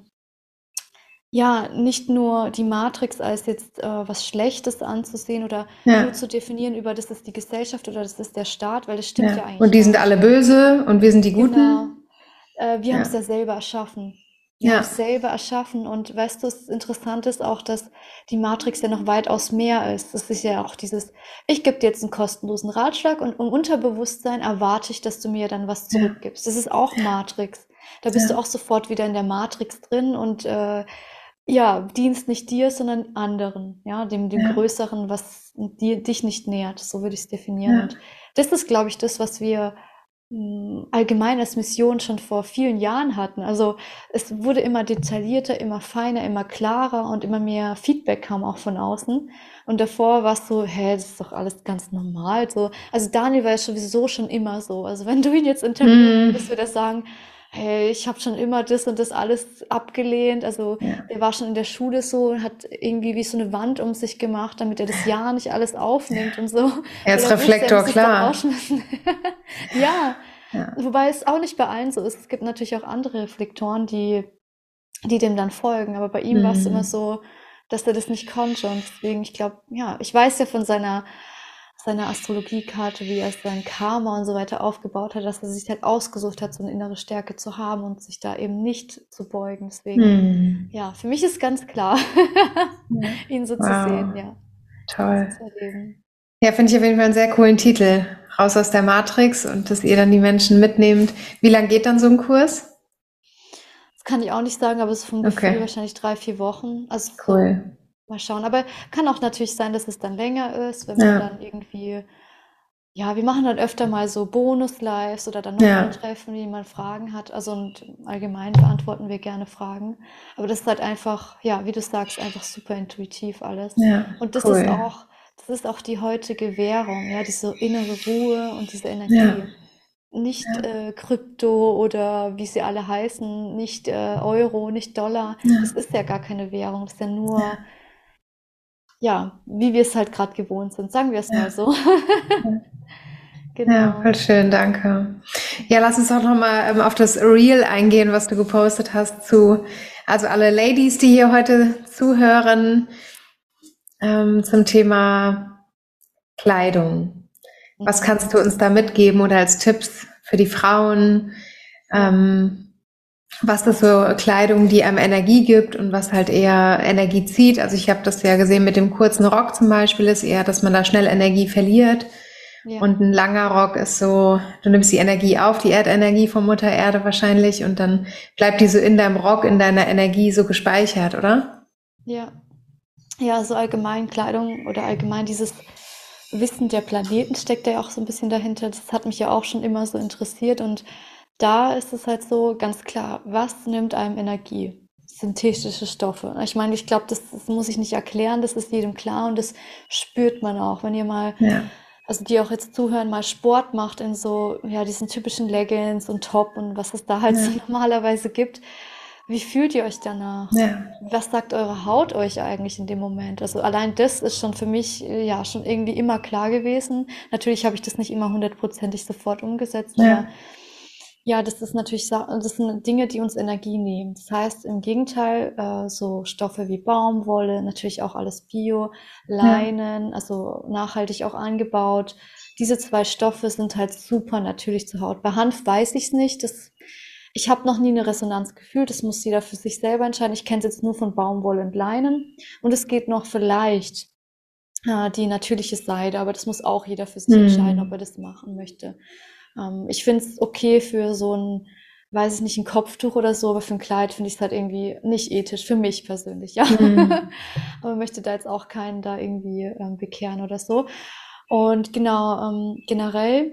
[SPEAKER 2] ja, nicht nur die Matrix als jetzt was Schlechtes anzusehen oder nur
[SPEAKER 1] ja,
[SPEAKER 2] zu definieren über das ist die Gesellschaft oder das ist der Staat, weil das stimmt
[SPEAKER 1] ja.
[SPEAKER 2] ja
[SPEAKER 1] Und
[SPEAKER 2] eigentlich
[SPEAKER 1] die
[SPEAKER 2] gar
[SPEAKER 1] sind
[SPEAKER 2] nicht.
[SPEAKER 1] alle böse und wir sind die
[SPEAKER 2] Genau.
[SPEAKER 1] Guten.
[SPEAKER 2] Wir haben es
[SPEAKER 1] Ja,
[SPEAKER 2] ja selber erschaffen. Wir haben
[SPEAKER 1] ja,
[SPEAKER 2] es selber erschaffen und weißt du, das Interessante ist auch, dass die Matrix ja noch weitaus mehr ist. Das ist ja auch dieses, ich gebe dir jetzt einen kostenlosen Ratschlag und im Unterbewusstsein erwarte ich, dass du mir dann was
[SPEAKER 1] ja,
[SPEAKER 2] zurückgibst. Das ist auch Matrix. Da bist du
[SPEAKER 1] ja,
[SPEAKER 2] auch sofort wieder in der Matrix drin und ja, dienst nicht dir, sondern anderen, ja, dem
[SPEAKER 1] ja,
[SPEAKER 2] Größeren, was dich nicht nährt. So würde ich es definieren.
[SPEAKER 1] ja,
[SPEAKER 2] Und das ist, glaube ich, das, was wir allgemein als Mission schon vor vielen Jahren hatten. Also es wurde immer detaillierter, immer feiner, immer klarer und immer mehr Feedback kam auch von außen. Und davor war es so, hä, das ist doch alles ganz normal. So. Also Daniel war ja sowieso schon immer so. Also wenn du ihn jetzt interviewen
[SPEAKER 1] Hm.
[SPEAKER 2] würdest, würde er sagen, hey, ich habe schon immer das und das alles abgelehnt. Also
[SPEAKER 1] Ja.
[SPEAKER 2] er war schon in der Schule so und hat irgendwie wie so eine Wand um sich gemacht, damit er das ja nicht alles aufnimmt und so,
[SPEAKER 1] Er
[SPEAKER 2] weil
[SPEAKER 1] ist
[SPEAKER 2] er wusste, er
[SPEAKER 1] Reflektor,
[SPEAKER 2] muss es dann
[SPEAKER 1] klar.
[SPEAKER 2] rausschmeißen. Ja,
[SPEAKER 1] Ja.
[SPEAKER 2] wobei es auch nicht bei allen so ist. Es gibt natürlich auch andere Reflektoren, die dem dann folgen. Aber bei ihm war es immer
[SPEAKER 1] Hm.
[SPEAKER 2] so, dass er das nicht konnte. Und deswegen, ich glaube, ja, ich weiß ja von seiner Astrologiekarte, wie er sein Karma und so weiter aufgebaut hat, dass er sich halt ausgesucht hat, so eine innere Stärke zu haben und sich da eben nicht zu beugen. Deswegen,
[SPEAKER 1] Hm.
[SPEAKER 2] ja, für mich ist ganz klar,
[SPEAKER 1] Ja.
[SPEAKER 2] ihn so zu sehen,
[SPEAKER 1] Wow,
[SPEAKER 2] ja, so
[SPEAKER 1] toll.
[SPEAKER 2] zu erleben.
[SPEAKER 1] Ja, finde ich auf jeden Fall einen sehr coolen Titel. Raus aus der Matrix und dass ihr dann die Menschen mitnehmt. Wie lang geht dann so ein Kurs?
[SPEAKER 2] Das kann ich auch nicht sagen, aber es ist vom Gefühl
[SPEAKER 1] Okay,
[SPEAKER 2] wahrscheinlich 3, 4 Wochen. Also so,
[SPEAKER 1] cool.
[SPEAKER 2] mal schauen. Aber kann auch natürlich sein, dass es dann länger ist, wenn man
[SPEAKER 1] Ja,
[SPEAKER 2] dann irgendwie, ja, wir machen dann öfter mal so Bonus-Lives oder dann nochmal
[SPEAKER 1] ja,
[SPEAKER 2] Treffen, wie man Fragen hat. Also und allgemein beantworten wir gerne Fragen. Aber das ist halt einfach, ja, wie du sagst, einfach super intuitiv alles.
[SPEAKER 1] ja,
[SPEAKER 2] Und
[SPEAKER 1] cool.
[SPEAKER 2] das ist auch die heutige Währung, ja, diese innere Ruhe und diese
[SPEAKER 1] Ja,
[SPEAKER 2] Energie. Nicht Krypto oder wie sie alle heißen, nicht Euro, nicht Dollar. Das
[SPEAKER 1] ja,
[SPEAKER 2] ist ja gar keine Währung. Das ist ja nur, ja, wie wir es halt gerade gewohnt sind. Sagen wir es mal
[SPEAKER 1] ja.
[SPEAKER 2] so.
[SPEAKER 1] Ja, voll
[SPEAKER 2] Genau.
[SPEAKER 1] schön, danke. Ja, lass uns doch nochmal auf das Reel eingehen, was du gepostet hast also alle Ladies, die hier heute zuhören, zum Thema Kleidung. Was kannst
[SPEAKER 2] Mhm.
[SPEAKER 1] du uns da mitgeben oder als Tipps für die Frauen?
[SPEAKER 2] Ja,
[SPEAKER 1] Ähm, Was ist so Kleidung, die einem Energie gibt und was halt eher Energie zieht? Also ich habe das ja gesehen mit dem kurzen Rock zum Beispiel, ist eher, dass man da schnell Energie verliert.
[SPEAKER 2] ja,
[SPEAKER 1] Und ein langer Rock ist so, du nimmst die Energie auf, die Erdenergie von Mutter Erde wahrscheinlich, und dann bleibt die so in deinem Rock, in deiner Energie so gespeichert, oder?
[SPEAKER 2] ja. Ja, so allgemein Kleidung oder allgemein dieses Wissen der Planeten steckt ja auch so ein bisschen dahinter. Das hat mich ja auch schon immer so interessiert. Und da ist es halt so ganz klar, was nimmt einem Energie? Synthetische Stoffe. Ich meine, ich glaube, das muss ich nicht erklären, das ist jedem klar und das spürt man auch, wenn ihr mal,
[SPEAKER 1] Ja,
[SPEAKER 2] also die auch jetzt zuhören, mal Sport macht in so, ja, diesen typischen Leggings und Top und was es da halt so
[SPEAKER 1] ja,
[SPEAKER 2] normalerweise gibt. Wie fühlt ihr euch danach?
[SPEAKER 1] ja,
[SPEAKER 2] Was sagt eure Haut euch eigentlich in dem Moment? Also allein das ist schon für mich ja schon irgendwie immer klar gewesen. Natürlich habe ich das nicht immer hundertprozentig sofort umgesetzt, aber
[SPEAKER 1] ja,
[SPEAKER 2] ja, das ist natürlich, das sind Dinge, die uns Energie nehmen. Das heißt im Gegenteil, so Stoffe wie Baumwolle, natürlich auch alles Bio,
[SPEAKER 1] ja,
[SPEAKER 2] Leinen, also nachhaltig auch angebaut. Diese zwei Stoffe sind halt super natürlich zur Haut. Bei Hanf weiß ich es nicht. Ich habe noch nie eine Resonanz gefühlt. Das muss jeder für sich selber entscheiden. Ich kenne es jetzt nur von Baumwolle und Leinen. Und es geht noch vielleicht die natürliche Seide, aber das muss auch jeder für sich entscheiden, ob er
[SPEAKER 1] hm,
[SPEAKER 2] das machen möchte. Ich finde es okay für so ein, weiß ich nicht, ein Kopftuch oder so, aber für ein Kleid finde ich es halt irgendwie nicht ethisch, für mich persönlich, ja.
[SPEAKER 1] hm,
[SPEAKER 2] Aber möchte da jetzt auch keinen da irgendwie bekehren oder so. Und genau, generell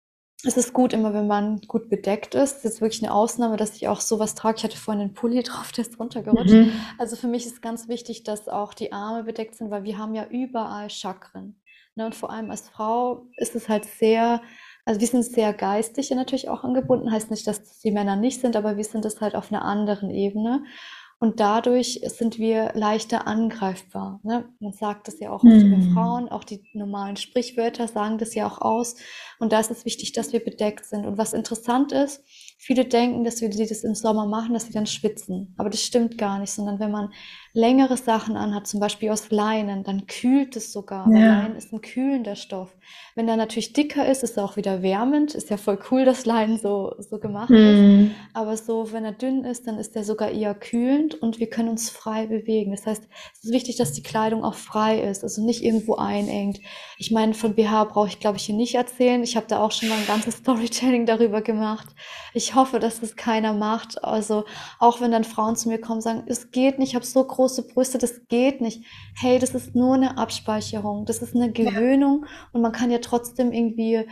[SPEAKER 2] es ist gut immer, wenn man gut bedeckt ist. Das ist jetzt wirklich eine Ausnahme, dass ich auch sowas trage. Ich hatte vorhin einen Pulli drauf, der ist runtergerutscht.
[SPEAKER 1] mhm,
[SPEAKER 2] Also für mich ist ganz wichtig, dass auch die Arme bedeckt sind, weil wir haben ja überall Chakren. Ne? Und vor allem als Frau ist es halt sehr, also wir sind sehr geistig ja natürlich auch angebunden. Heißt nicht, dass die Männer nicht sind, aber wir sind es halt auf einer anderen Ebene. Und dadurch sind wir leichter angreifbar. Ne? Man sagt das ja auch oft über
[SPEAKER 1] hm,
[SPEAKER 2] Frauen, auch die normalen Sprichwörter sagen das ja auch aus. Und da ist es wichtig, dass wir bedeckt sind. Und was interessant ist, viele denken, dass wir das im Sommer machen, dass sie dann schwitzen. Aber das stimmt gar nicht, sondern wenn man längere Sachen anhat, zum Beispiel aus Leinen, dann kühlt es sogar, weil
[SPEAKER 1] ja,
[SPEAKER 2] Leinen ist ein kühlender Stoff. Wenn er natürlich dicker ist er auch wieder wärmend. Ist ja voll cool, dass Leinen so gemacht ist.
[SPEAKER 1] hm,
[SPEAKER 2] Aber so, wenn er dünn ist, dann ist er sogar eher kühlend und wir können uns frei bewegen. Das heißt, es ist wichtig, dass die Kleidung auch frei ist, also nicht irgendwo einengt. Ich meine, von BH brauche ich, glaube ich, hier nicht erzählen. Ich habe da auch schon mal ein ganzes Storytelling darüber gemacht. Ich hoffe, dass das keiner macht. Also auch wenn dann Frauen zu mir kommen und sagen, es geht nicht, ich habe so große Brüste, das geht nicht. Hey, das ist nur eine Abspeicherung, das ist eine
[SPEAKER 1] ja,
[SPEAKER 2] Gewöhnung und man kann ja trotzdem irgendwie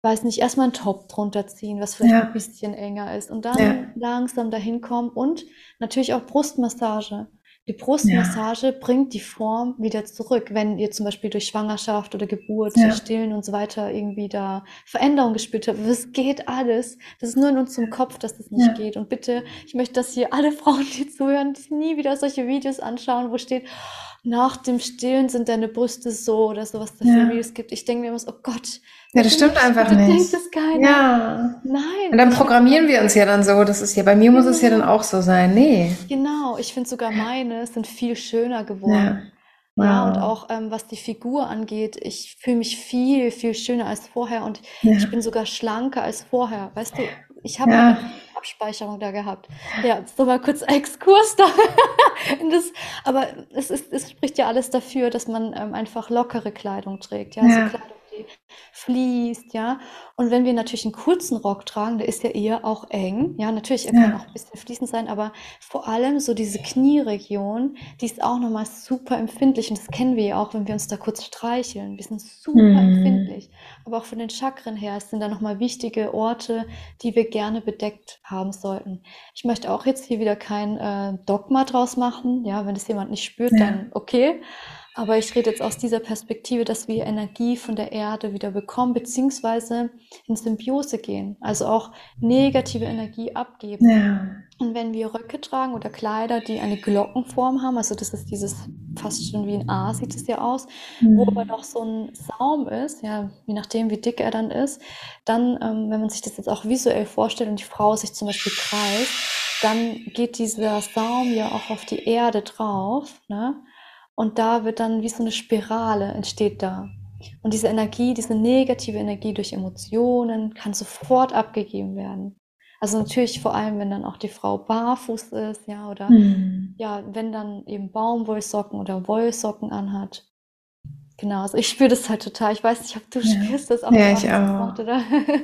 [SPEAKER 2] weiß nicht, erstmal einen Top drunter ziehen, was vielleicht ein
[SPEAKER 1] Ja,
[SPEAKER 2] bisschen enger ist und
[SPEAKER 1] ja,
[SPEAKER 2] dann langsam dahin kommen und natürlich auch Brustmassage. Die
[SPEAKER 1] ja,
[SPEAKER 2] Brustmassage bringt die Form wieder zurück, wenn ihr zum Beispiel durch Schwangerschaft oder Geburt,
[SPEAKER 1] ja,
[SPEAKER 2] Stillen und so weiter irgendwie da Veränderungen gespürt habt. Das geht alles. Das ist nur in unserem Kopf, dass das nicht
[SPEAKER 1] ja,
[SPEAKER 2] geht. Und bitte, ich möchte, dass hier alle Frauen, die zuhören, die nie wieder solche Videos anschauen, wo steht, nach dem Stillen sind deine Brüste so oder sowas dafür
[SPEAKER 1] ja.
[SPEAKER 2] Reels gibt. Ich denke mir immer so, oh Gott,
[SPEAKER 1] Ja, das
[SPEAKER 2] bitte
[SPEAKER 1] stimmt
[SPEAKER 2] nicht,
[SPEAKER 1] einfach
[SPEAKER 2] bitte denkt
[SPEAKER 1] nicht.
[SPEAKER 2] es keiner.
[SPEAKER 1] Ja. Und
[SPEAKER 2] Nein,
[SPEAKER 1] dann
[SPEAKER 2] ich finde sogar,
[SPEAKER 1] programmieren wir uns ja dann so, das ist ja, bei mir muss es ja dann
[SPEAKER 2] genau,
[SPEAKER 1] auch so sein. Nee.
[SPEAKER 2] genau, ich finde sogar meine sind viel schöner
[SPEAKER 1] Ja.
[SPEAKER 2] geworden. Ja, und
[SPEAKER 1] Wow.
[SPEAKER 2] auch was die Figur angeht, ich fühle mich viel, viel schöner als vorher und ich bin
[SPEAKER 1] Ja.
[SPEAKER 2] sogar schlanker als vorher. Weißt du, ich habe halt
[SPEAKER 1] Ja.
[SPEAKER 2] einfach die Abspeicherung da gehabt. Ja, jetzt noch mal kurz Exkurs da in das, aber es spricht ja alles dafür, dass man einfach lockere Kleidung trägt, ja, so
[SPEAKER 1] Ja.
[SPEAKER 2] Kleidung, die fließt, ja. Und wenn wir natürlich einen kurzen Rock tragen, der ist ja eher auch eng, ja, natürlich, er kann
[SPEAKER 1] Ja.
[SPEAKER 2] auch ein bisschen fließend sein, aber vor allem so diese Knieregion, die ist auch nochmal super empfindlich und das kennen wir ja auch, wenn wir uns da kurz streicheln. Wir sind super
[SPEAKER 1] Hm.
[SPEAKER 2] empfindlich. Aber auch von den Chakren her sind da nochmal wichtige Orte, die wir gerne bedeckt haben sollten. Ich möchte auch jetzt hier wieder kein Dogma draus machen. Ja, wenn das jemand nicht spürt,
[SPEAKER 1] Ja.
[SPEAKER 2] dann okay. Aber ich rede jetzt aus dieser Perspektive, dass wir Energie von der Erde wieder bekommen, beziehungsweise in Symbiose gehen, also auch negative Energie abgeben.
[SPEAKER 1] Ja.
[SPEAKER 2] Und wenn wir Röcke tragen oder Kleider, die eine Glockenform haben, also das ist dieses fast schon wie ein A sieht es ja aus, wo aber
[SPEAKER 1] Hm.
[SPEAKER 2] noch so ein Saum ist, ja, je nachdem wie dick er dann ist, dann, wenn man sich das jetzt auch visuell vorstellt und die Frau sich zum Beispiel kreist, dann geht dieser Saum ja auch auf die Erde drauf, ne? Und da wird dann wie so eine Spirale entsteht da. Und diese Energie, diese negative Energie durch Emotionen kann sofort abgegeben werden. Also natürlich vor allem, wenn dann auch die Frau barfuß ist, ja, oder
[SPEAKER 1] Hm.
[SPEAKER 2] ja, wenn dann eben Baumwollsocken oder Wollsocken anhat. Genau, also ich spüre das halt total. Ich weiß nicht, ob du
[SPEAKER 1] Ja.
[SPEAKER 2] spürst das auch
[SPEAKER 1] Ja,
[SPEAKER 2] so
[SPEAKER 1] ich
[SPEAKER 2] an sofort,
[SPEAKER 1] auch.
[SPEAKER 2] oder?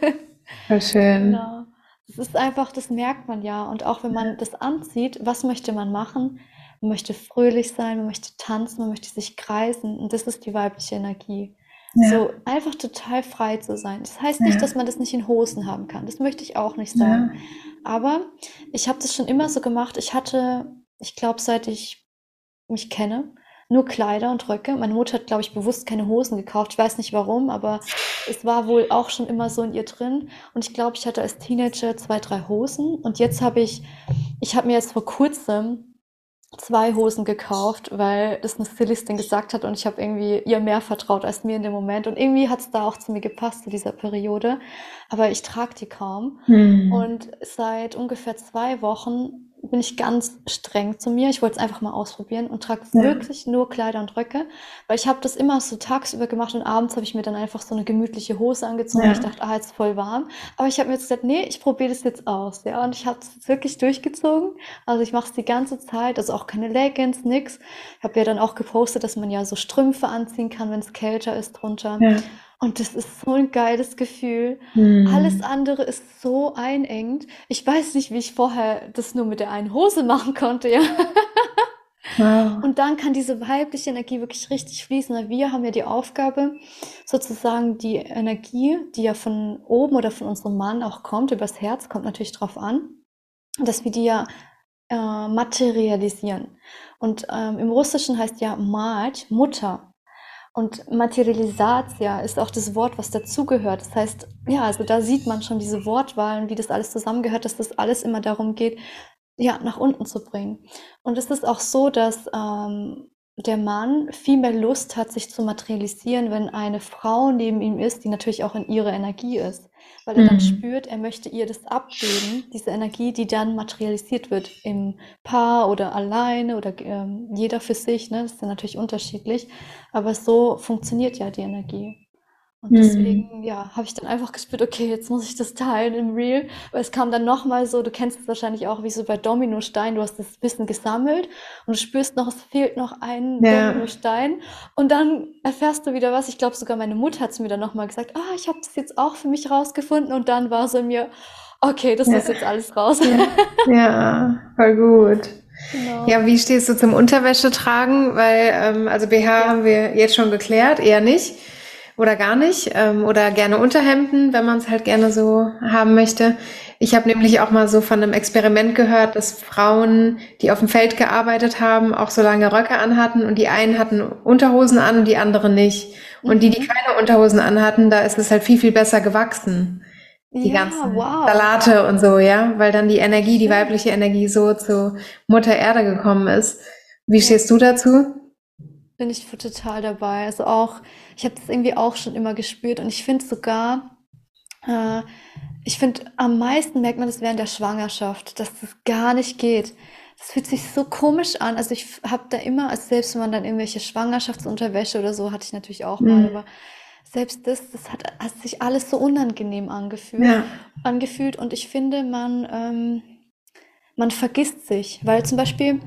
[SPEAKER 1] Voll schön.
[SPEAKER 2] Genau. Das ist einfach, das merkt man ja. Und auch wenn man das anzieht, was möchte man machen? Man möchte fröhlich sein, man möchte tanzen, man möchte sich kreisen. Und das ist die weibliche Energie.
[SPEAKER 1] Ja.
[SPEAKER 2] So einfach total frei zu sein. Das heißt nicht, dass
[SPEAKER 1] Ja.
[SPEAKER 2] man das nicht in Hosen haben kann. Das möchte ich auch nicht sagen.
[SPEAKER 1] Ja.
[SPEAKER 2] Aber ich habe das schon immer so gemacht. Ich hatte, ich glaube, seit ich mich kenne, nur Kleider und Röcke. Meine Mutter hat, glaube ich, bewusst keine Hosen gekauft. Ich weiß nicht warum, aber es war wohl auch schon immer so in ihr drin. Und ich glaube, ich hatte als Teenager 2, 3 Hosen. Und jetzt ich habe mir jetzt vor kurzem 2 Hosen gekauft, weil das eine Stylistin gesagt hat und ich habe irgendwie ihr mehr vertraut als mir in dem Moment. Und irgendwie hat es da auch zu mir gepasst, zu dieser Periode. Aber ich trage die kaum.
[SPEAKER 1] Hm.
[SPEAKER 2] Und seit ungefähr 2 Wochen bin ich ganz streng zu mir. Ich wollte es einfach mal ausprobieren und trage
[SPEAKER 1] Ja.
[SPEAKER 2] wirklich nur Kleider und Röcke, weil ich habe das immer so tagsüber gemacht und abends habe ich mir dann einfach so eine gemütliche Hose angezogen, weil ich
[SPEAKER 1] Ja.
[SPEAKER 2] dachte, ah, jetzt voll warm. Aber ich habe mir jetzt gesagt, nee, ich probiere das jetzt aus, ja. Und ich habe es jetzt wirklich durchgezogen. Also ich mache es die ganze Zeit, also auch keine Leggings, nix. Ich habe ja dann auch gepostet, dass man ja so Strümpfe anziehen kann, wenn es kälter ist drunter.
[SPEAKER 1] Ja.
[SPEAKER 2] Und das ist so ein geiles Gefühl. Alles
[SPEAKER 1] Hm.
[SPEAKER 2] andere ist so einengend. Ich weiß nicht, wie ich vorher das nur mit der einen Hose machen konnte, ja.
[SPEAKER 1] Wow.
[SPEAKER 2] Und dann kann diese weibliche Energie wirklich richtig fließen. Weil wir haben ja die Aufgabe, sozusagen die Energie, die ja von oben oder von unserem Mann auch kommt, übers Herz, kommt natürlich drauf an, dass wir die ja materialisieren. Und im Russischen heißt ja Mать, Mutter. Und Materialisatia ist auch das Wort, was dazugehört. Das heißt, ja, also da sieht man schon diese Wortwahlen, wie das alles zusammengehört, dass das alles immer darum geht, ja, nach unten zu bringen. Und es ist auch so, dass der Mann viel mehr Lust hat, sich zu materialisieren, wenn eine Frau neben ihm ist, die natürlich auch in ihrer Energie ist. Weil er dann
[SPEAKER 1] Hm.
[SPEAKER 2] spürt, er möchte ihr das abgeben, diese Energie, die dann materialisiert wird im Paar oder alleine oder jeder für sich, ne? Das ist ja natürlich unterschiedlich. Aber so funktioniert ja die Energie. Und
[SPEAKER 1] Hm.
[SPEAKER 2] deswegen, ja, habe ich dann einfach gespürt, okay, jetzt muss ich das teilen im Reel. Weil es kam dann nochmal so, du kennst es wahrscheinlich auch wie so bei Dominostein, du hast das Wissen gesammelt und du spürst noch, es fehlt noch ein
[SPEAKER 1] Ja.
[SPEAKER 2] Dominostein. Und dann erfährst du wieder was. Ich glaube, sogar meine Mutter hat es mir dann nochmal gesagt, ah, ich habe das jetzt auch für mich rausgefunden. Und dann war so in mir, okay, das
[SPEAKER 1] Ja.
[SPEAKER 2] muss jetzt alles raus.
[SPEAKER 1] Ja. Ja. Voll gut. Ja,
[SPEAKER 2] Genau.
[SPEAKER 1] wie stehst du zum Unterwäsche tragen? Weil, also BH
[SPEAKER 2] Ja.
[SPEAKER 1] haben wir jetzt schon geklärt, eher nicht. oder gar nicht, oder gerne Unterhemden, wenn man es halt gerne so haben möchte. Ich habe nämlich auch mal so von einem Experiment gehört, dass Frauen, die auf dem Feld gearbeitet haben, auch so lange Röcke anhatten und die einen hatten Unterhosen an und die anderen nicht. Und die
[SPEAKER 2] Mhm.
[SPEAKER 1] keine Unterhosen anhatten, da ist es halt viel, viel besser gewachsen. Die
[SPEAKER 2] Ja,
[SPEAKER 1] ganzen
[SPEAKER 2] wow.
[SPEAKER 1] Salate und so, ja, weil dann die Energie, die
[SPEAKER 2] Schön.
[SPEAKER 1] weibliche Energie so zu Mutter Erde gekommen ist. Wie
[SPEAKER 2] Ja,
[SPEAKER 1] stehst du dazu?
[SPEAKER 2] bin ich total dabei. Also auch, ich habe das irgendwie auch schon immer gespürt und ich finde sogar, Äh, ich finde, am meisten merkt man das während der Schwangerschaft, dass das gar nicht geht. Das fühlt sich so komisch an. Also ich habe da immer, also selbst wenn man dann irgendwelche Schwangerschaftsunterwäsche oder so, hatte ich natürlich auch mal,
[SPEAKER 1] Hm.
[SPEAKER 2] aber selbst das hat sich alles so unangenehm
[SPEAKER 1] Ja,
[SPEAKER 2] angefühlt. Und ich finde, man vergisst sich, weil zum Beispiel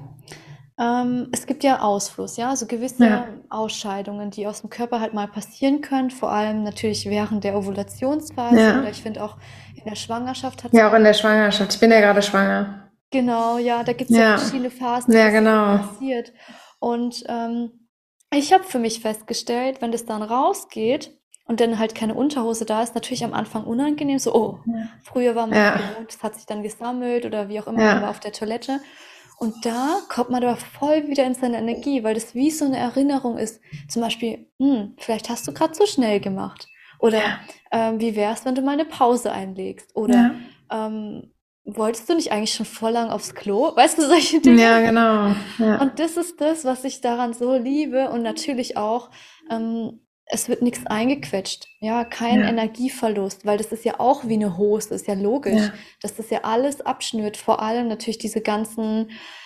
[SPEAKER 2] es gibt ja Ausfluss, ja, also
[SPEAKER 1] ja,
[SPEAKER 2] gewisse Ausscheidungen, die aus dem Körper halt mal passieren können, vor allem natürlich während der Ovulationsphase oder
[SPEAKER 1] ja.
[SPEAKER 2] ich finde auch in der Schwangerschaft hat es
[SPEAKER 1] Ja, auch in
[SPEAKER 2] auch,
[SPEAKER 1] der Schwangerschaft. Ich bin ja gerade schwanger.
[SPEAKER 2] genau, ja, da gibt es ja
[SPEAKER 1] Ja,
[SPEAKER 2] verschiedene Phasen, wo
[SPEAKER 1] ja,
[SPEAKER 2] das eben
[SPEAKER 1] genau.
[SPEAKER 2] passiert. Und ich habe für mich festgestellt, wenn das dann rausgeht und dann halt keine Unterhose da ist, natürlich am Anfang unangenehm, so, oh, früher war man noch
[SPEAKER 1] Ja,
[SPEAKER 2] gewohnt, es hat sich dann gesammelt oder wie auch immer, man war
[SPEAKER 1] ja,
[SPEAKER 2] auf der Toilette. Und da kommt man aber voll wieder in seine Energie, weil das wie so eine Erinnerung ist. Zum Beispiel, vielleicht hast du gerade zu schnell gemacht. Oder
[SPEAKER 1] ja,
[SPEAKER 2] wie wär's, wenn du mal eine Pause einlegst? Oder
[SPEAKER 1] ja.
[SPEAKER 2] ähm, wolltest du nicht eigentlich schon voll lang aufs Klo? Weißt du, solche Dinge?
[SPEAKER 1] Ja, genau. Ja,
[SPEAKER 2] Und das ist das, was ich daran so liebe und natürlich auch, es wird nichts eingequetscht, ja, kein
[SPEAKER 1] ja,
[SPEAKER 2] Energieverlust, weil das ist ja auch wie eine Hose, ist ja logisch,
[SPEAKER 1] ja,
[SPEAKER 2] dass das ja alles abschnürt, vor allem natürlich diese ganzen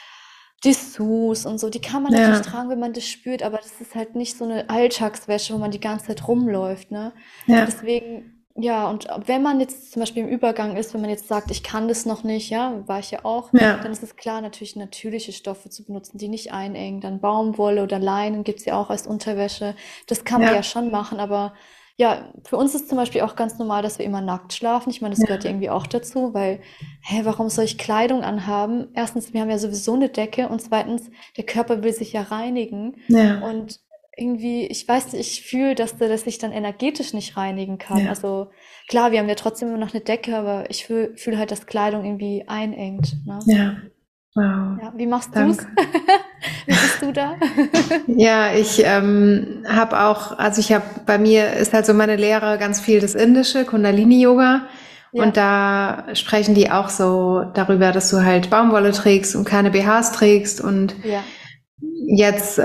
[SPEAKER 2] Dessous und so, die kann man natürlich
[SPEAKER 1] ja,
[SPEAKER 2] tragen, wenn man das spürt, aber das ist halt nicht so eine Alltagswäsche, wo man die ganze Zeit rumläuft, ne?
[SPEAKER 1] ja,
[SPEAKER 2] Deswegen, ja, und wenn man jetzt zum Beispiel im Übergang ist, wenn man jetzt sagt, ich kann das noch nicht, ja, war ich ja auch, dann
[SPEAKER 1] ja,
[SPEAKER 2] ist es klar, natürlich natürliche Stoffe zu benutzen, die nicht einengen. Dann Baumwolle oder Leinen gibt's ja auch als Unterwäsche. Das kann man ja
[SPEAKER 1] ja,
[SPEAKER 2] schon machen, aber ja, für uns ist zum Beispiel auch ganz normal, dass wir immer nackt schlafen. Ich meine, das gehört ja
[SPEAKER 1] ja,
[SPEAKER 2] irgendwie auch dazu, weil, hä, warum soll ich Kleidung anhaben? Erstens, wir haben ja sowieso eine Decke und zweitens, der Körper will sich ja reinigen
[SPEAKER 1] ja,
[SPEAKER 2] und irgendwie, ich weiß nicht, ich fühle, dass der das sich dann energetisch nicht reinigen kann.
[SPEAKER 1] ja,
[SPEAKER 2] Also klar, wir haben ja trotzdem immer noch eine Decke, aber ich fühl halt, dass Kleidung irgendwie einengt, ne?
[SPEAKER 1] ja. Wow,
[SPEAKER 2] Ja, wie machst du's?
[SPEAKER 1] danke.
[SPEAKER 2] Wie bist du da?
[SPEAKER 1] Ja, ich habe auch, also ich habe, bei mir ist halt so meine Lehre ganz viel das Indische, Kundalini-Yoga. Und
[SPEAKER 2] Ja,
[SPEAKER 1] da sprechen die auch so darüber, dass du halt Baumwolle trägst und keine BHs trägst. Und
[SPEAKER 2] ja,
[SPEAKER 1] jetzt,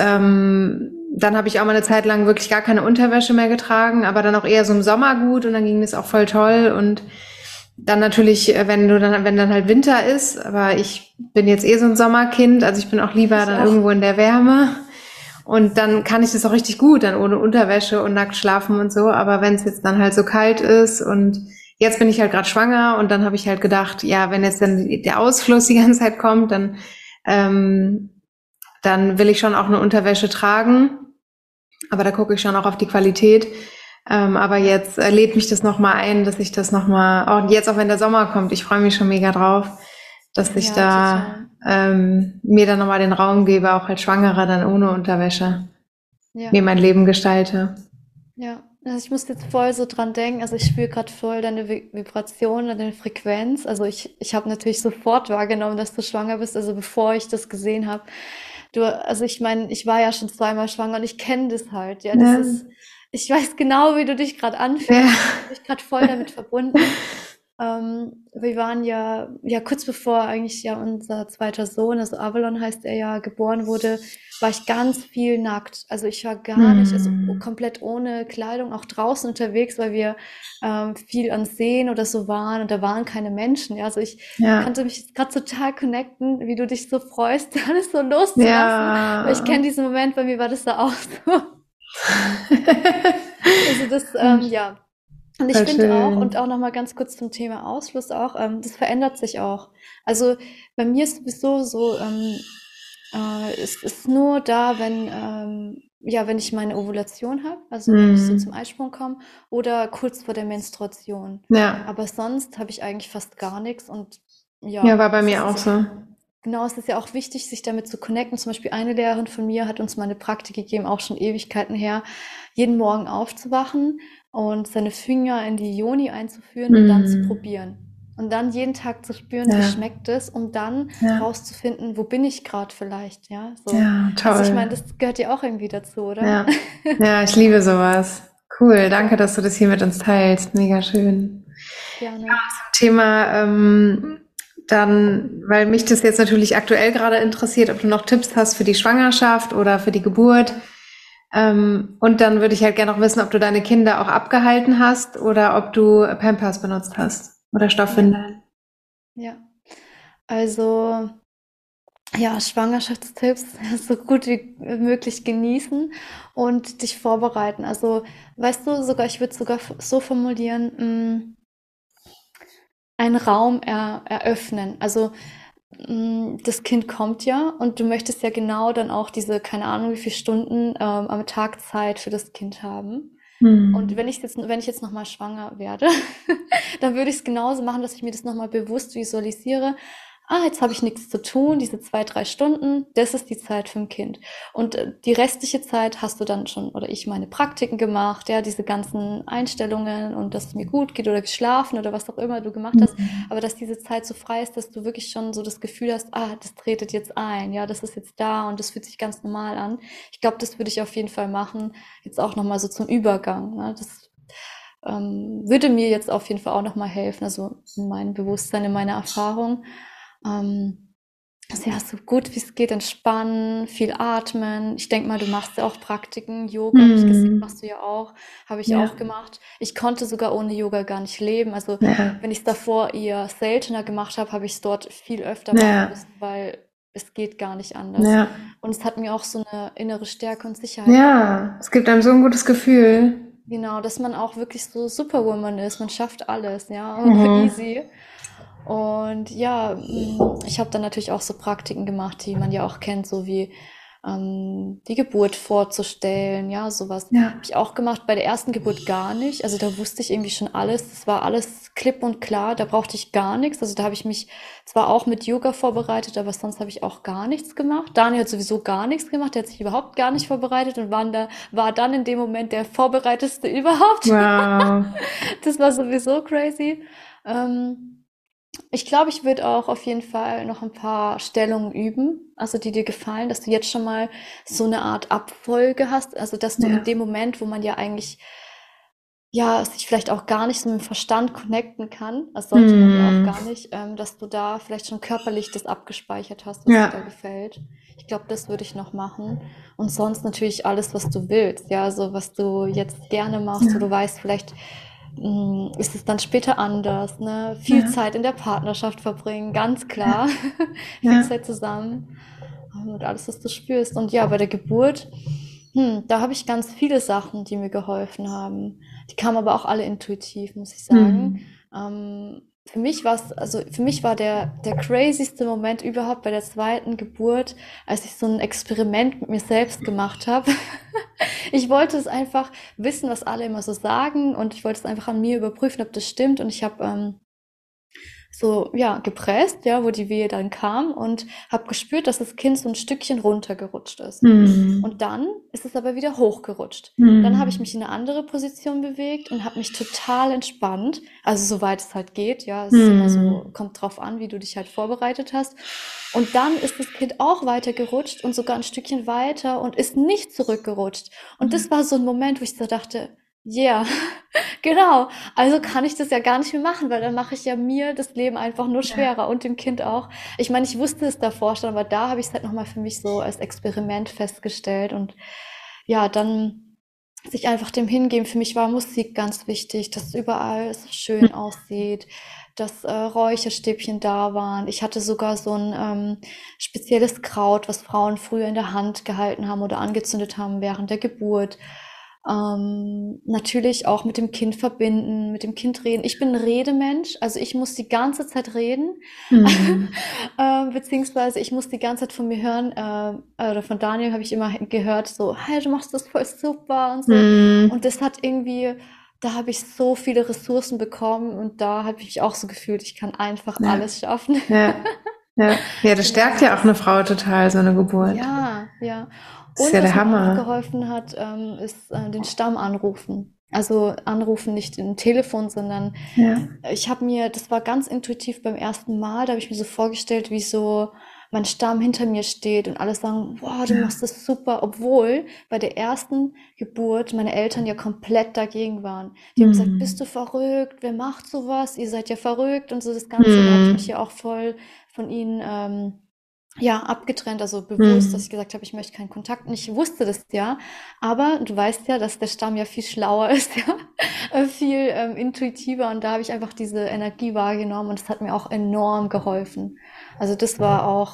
[SPEAKER 1] dann habe ich auch mal eine Zeit lang wirklich gar keine Unterwäsche mehr getragen, aber dann auch eher so im Sommer gut und dann ging das auch voll toll. Und dann natürlich, wenn dann halt Winter ist, aber ich bin jetzt eh so ein Sommerkind, also ich bin auch lieber
[SPEAKER 2] ich
[SPEAKER 1] dann
[SPEAKER 2] auch.
[SPEAKER 1] irgendwo in der Wärme. Und dann kann ich das auch richtig gut, dann ohne Unterwäsche und nackt schlafen und so. Aber wenn es jetzt dann halt so kalt ist und jetzt bin ich halt gerade schwanger und dann habe ich halt gedacht, ja, wenn jetzt dann der Ausfluss die ganze Zeit kommt, ähm, dann will ich schon auch eine Unterwäsche tragen. Aber da gucke ich schon auch auf die Qualität. Aber
[SPEAKER 2] Ja,
[SPEAKER 1] jetzt lädt mich das nochmal ein, dass ich das nochmal, auch jetzt auch wenn der Sommer kommt, ich freue mich schon mega drauf, dass ich
[SPEAKER 2] ja, total.
[SPEAKER 1] da mir dann nochmal den Raum gebe, auch als Schwangere dann ohne Unterwäsche
[SPEAKER 2] Ja,
[SPEAKER 1] mir mein Leben gestalte.
[SPEAKER 2] ja. Also ich muss jetzt voll so dran denken, also ich spüre gerade voll deine Vibration, deine Frequenz. Also ich habe natürlich sofort wahrgenommen, dass du schwanger bist, also bevor ich das gesehen habe. Also ich meine, ich war ja schon zweimal schwanger und ich kenne das halt. Ja, das
[SPEAKER 1] Ja,
[SPEAKER 2] ist, ich weiß genau, wie du dich gerade
[SPEAKER 1] ja,
[SPEAKER 2] anfühlst. Ich fühle mich gerade voll damit verbunden. Wir waren ja kurz bevor eigentlich ja unser zweiter Sohn, also Avalon heißt er ja, geboren wurde, war ich ganz viel nackt. Also ich war gar nicht, also
[SPEAKER 1] hm,
[SPEAKER 2] komplett ohne Kleidung, auch draußen unterwegs, weil wir viel an Seen oder so waren und da waren keine Menschen. Ja, also ich
[SPEAKER 1] ja,
[SPEAKER 2] konnte mich jetzt gerade total connecten, wie du dich so freust, alles so loszulassen. Weil ich kenne
[SPEAKER 1] ja.
[SPEAKER 2] diesen Moment, bei mir war das da auch so. Also das, ja. Und ich
[SPEAKER 1] Voll
[SPEAKER 2] finde auch, und
[SPEAKER 1] schön.
[SPEAKER 2] auch noch mal ganz kurz zum Thema Ausfluss auch, das verändert sich auch. Also bei mir ist sowieso so, es ist nur da, wenn, ja, wenn ich meine Ovulation habe, also wenn ich so zum
[SPEAKER 1] Hm.
[SPEAKER 2] Eisprung komme oder kurz vor der Menstruation.
[SPEAKER 1] Ja,
[SPEAKER 2] Aber sonst habe ich eigentlich fast gar nichts und
[SPEAKER 1] ja,
[SPEAKER 2] ja,
[SPEAKER 1] war bei
[SPEAKER 2] es
[SPEAKER 1] mir
[SPEAKER 2] ist
[SPEAKER 1] auch
[SPEAKER 2] so,
[SPEAKER 1] so.
[SPEAKER 2] genau, es ist ja auch wichtig, sich damit zu connecten. Zum Beispiel eine Lehrerin von mir hat uns mal eine Praktik gegeben, auch schon Ewigkeiten her, jeden Morgen aufzuwachen und seine Finger in die Yoni einzuführen und dann zu
[SPEAKER 1] Mhm.
[SPEAKER 2] probieren. Und dann jeden Tag zu spüren, wie
[SPEAKER 1] Ja,
[SPEAKER 2] schmeckt es, um dann
[SPEAKER 1] ja,
[SPEAKER 2] rauszufinden, wo bin ich gerade vielleicht, ja, so.
[SPEAKER 1] ja,
[SPEAKER 2] Also ich meine,
[SPEAKER 1] toll.
[SPEAKER 2] das gehört ja auch irgendwie dazu, oder?
[SPEAKER 1] Ja, ja, ich liebe sowas. Cool, danke, dass du das hier mit uns teilst. Mega schön.
[SPEAKER 2] Gerne.
[SPEAKER 1] Thema, dann, weil mich das jetzt natürlich aktuell gerade interessiert, ob du noch Tipps hast für die Schwangerschaft oder für die Geburt. Und dann würde ich halt gerne noch wissen, ob du deine Kinder auch abgehalten hast oder ob du Pampers benutzt hast oder
[SPEAKER 2] Ja,
[SPEAKER 1] Stoffwindeln.
[SPEAKER 2] ja. Also, ja, Schwangerschaftstipps so gut wie möglich genießen und dich vorbereiten. Also, weißt du, sogar, ich würde sogar so formulieren, einen Raum eröffnen. Also, das Kind kommt ja und du möchtest ja genau dann auch diese, keine Ahnung, wie viele Stunden am Tag Zeit für das Kind haben. Und
[SPEAKER 1] Hm.
[SPEAKER 2] wenn ich jetzt nochmal schwanger werde, dann würde ich es genauso machen, dass ich mir das nochmal bewusst visualisiere. Ah, jetzt habe ich nichts zu tun, diese 2, 3 Stunden, das ist die Zeit für ein Kind. Und die restliche Zeit hast du dann schon, oder ich meine Praktiken gemacht, ja, diese ganzen Einstellungen und dass es mir gut geht oder geschlafen oder was auch immer du gemacht hast, aber dass diese Zeit so frei ist, dass du wirklich schon so das Gefühl hast, ah, das tretet jetzt ein, ja, das ist jetzt da und das fühlt sich ganz normal an. Ich glaube, das würde ich auf jeden Fall machen, jetzt auch nochmal so zum Übergang. Ne? Das würde mir jetzt auf jeden Fall auch nochmal helfen, also in meinem Bewusstsein, in meiner Erfahrung. Ähm, also ja, so gut wie es geht, entspannen, viel atmen. Ich denke mal, du machst ja auch Praktiken. Yoga, habe ich gesehen,
[SPEAKER 1] Hm.
[SPEAKER 2] machst du ja auch. Habe ich
[SPEAKER 1] Ja,
[SPEAKER 2] auch gemacht. Ich konnte sogar ohne Yoga gar nicht leben. Also
[SPEAKER 1] ja,
[SPEAKER 2] wenn ich es davor eher seltener gemacht habe, habe ich es dort viel öfter machen
[SPEAKER 1] ja,
[SPEAKER 2] müssen, weil es geht gar nicht anders.
[SPEAKER 1] ja.
[SPEAKER 2] Und es hat mir auch so eine innere Stärke und Sicherheit gegeben.
[SPEAKER 1] Ja, es gibt einem so ein gutes Gefühl.
[SPEAKER 2] Genau, dass man auch wirklich so Superwoman ist. Man schafft alles, ja,
[SPEAKER 1] Mhm.
[SPEAKER 2] easy. Und ja, ich habe dann natürlich auch so Praktiken gemacht, die man ja auch kennt, so wie die Geburt vorzustellen, ja, sowas habe
[SPEAKER 1] Ja.
[SPEAKER 2] ich auch gemacht. Bei der ersten Geburt gar nicht. Also da wusste ich irgendwie schon alles. Das war alles klipp und klar. Da brauchte ich gar nichts. Also da habe ich mich zwar auch mit Yoga vorbereitet, aber sonst habe ich auch gar nichts gemacht. Daniel hat sowieso gar nichts gemacht. Der hat sich überhaupt gar nicht vorbereitet und war dann in dem Moment der vorbereitetste überhaupt.
[SPEAKER 1] Wow.
[SPEAKER 2] Das war sowieso crazy. Ähm, Ich glaube, ich würde auch auf jeden Fall noch ein paar Stellungen üben, also die dir gefallen, dass du jetzt schon mal so eine Art Abfolge hast, also dass du in
[SPEAKER 1] Ja.
[SPEAKER 2] dem Moment, wo man ja eigentlich ja sich vielleicht auch gar nicht so mit dem Verstand connecten kann, das sollte man ja auch
[SPEAKER 1] Hm.
[SPEAKER 2] gar nicht, dass du da vielleicht schon körperlich das abgespeichert hast, was dir
[SPEAKER 1] Ja.
[SPEAKER 2] da gefällt. Ich glaube, das würde ich noch machen. Und sonst natürlich alles, was du willst, ja, also was du jetzt gerne machst, wo
[SPEAKER 1] Ja.
[SPEAKER 2] du weißt, vielleicht ist es dann später anders, ne? Viel
[SPEAKER 1] Ja.
[SPEAKER 2] Zeit in der Partnerschaft verbringen, ganz klar. Viel
[SPEAKER 1] Ja.
[SPEAKER 2] Zeit zusammen und alles, was du spürst. Und ja, bei der Geburt, da habe ich ganz viele Sachen, die mir geholfen haben. Die kamen aber auch alle intuitiv, muss ich sagen.
[SPEAKER 1] Hm.
[SPEAKER 2] Für mich war der crazyste Moment überhaupt bei der zweiten Geburt, als ich so ein Experiment mit mir selbst gemacht habe. Ich wollte es einfach wissen, was alle immer so sagen und ich wollte es einfach an mir überprüfen, ob das stimmt und ich habe so, ja, gepresst, ja, wo die Wehe dann kam und habe gespürt, dass das Kind so ein Stückchen runtergerutscht ist.
[SPEAKER 1] Hm.
[SPEAKER 2] Und dann ist es aber wieder hochgerutscht. Dann habe ich
[SPEAKER 1] Hm.
[SPEAKER 2] mich in eine andere Position bewegt und habe mich total entspannt, also soweit es halt geht, ja, es ist immer
[SPEAKER 1] Hm.
[SPEAKER 2] so, kommt drauf an, wie du dich halt vorbereitet hast. Und dann ist das Kind auch weiter gerutscht und sogar ein Stückchen weiter und ist nicht zurückgerutscht. Und das war so ein Moment, wo ich so dachte, yeah, genau. Also kann ich das ja gar nicht mehr machen, weil dann mache ich ja mir das Leben einfach nur
[SPEAKER 1] Ja.
[SPEAKER 2] schwerer und dem Kind auch. Ich meine, ich wusste es davor schon, aber da habe ich es halt nochmal für mich so als Experiment festgestellt und ja, dann sich einfach dem hingeben. Für mich war Musik ganz wichtig, dass überall so schön aussieht, dass Räucherstäbchen da waren. Ich hatte sogar so ein spezielles Kraut, was Frauen früher in der Hand gehalten haben oder angezündet haben während der Geburt. Natürlich auch mit dem Kind verbinden, mit dem Kind reden. Ich bin ein Redemensch, also ich muss die ganze Zeit reden,
[SPEAKER 1] Hm.
[SPEAKER 2] beziehungsweise ich muss die ganze Zeit von mir hören, oder von Daniel habe ich immer gehört, so, hey, du machst das voll super und so. Und
[SPEAKER 1] Hm.
[SPEAKER 2] das hat irgendwie, da habe ich so viele Ressourcen bekommen und da habe ich mich auch so gefühlt, ich kann einfach
[SPEAKER 1] Ja.
[SPEAKER 2] alles schaffen.
[SPEAKER 1] Ja. Ja. Ja, das
[SPEAKER 2] Genau,
[SPEAKER 1] stärkt ja auch eine Frau total, so eine Geburt.
[SPEAKER 2] ja, ja.
[SPEAKER 1] Das ist
[SPEAKER 2] Und
[SPEAKER 1] ja
[SPEAKER 2] was
[SPEAKER 1] der
[SPEAKER 2] mir auch noch
[SPEAKER 1] Hammer.
[SPEAKER 2] geholfen hat, ist den Stamm anrufen. Also anrufen nicht im Telefon, sondern
[SPEAKER 1] Ja.
[SPEAKER 2] ich habe mir, das war ganz intuitiv beim ersten Mal, da habe ich mir so vorgestellt, wie so mein Stamm hinter mir steht und alle sagen, wow, du
[SPEAKER 1] Ja.
[SPEAKER 2] machst das super, obwohl bei der ersten Geburt meine Eltern ja komplett dagegen waren. Die haben gesagt, bist
[SPEAKER 1] Hm.
[SPEAKER 2] du verrückt? Wer macht sowas? Ihr seid ja verrückt und so das Ganze. Und da habe ich mich
[SPEAKER 1] Hm.
[SPEAKER 2] ja auch voll von ihnen ja, abgetrennt, also bewusst, dass ich
[SPEAKER 1] Hm.
[SPEAKER 2] gesagt habe, ich möchte keinen Kontakt. Und ich wusste das ja, aber du weißt ja, dass der Stamm ja viel schlauer ist, ja, viel intuitiver. Und da habe ich einfach diese Energie wahrgenommen und das hat mir auch enorm geholfen. Also das war auch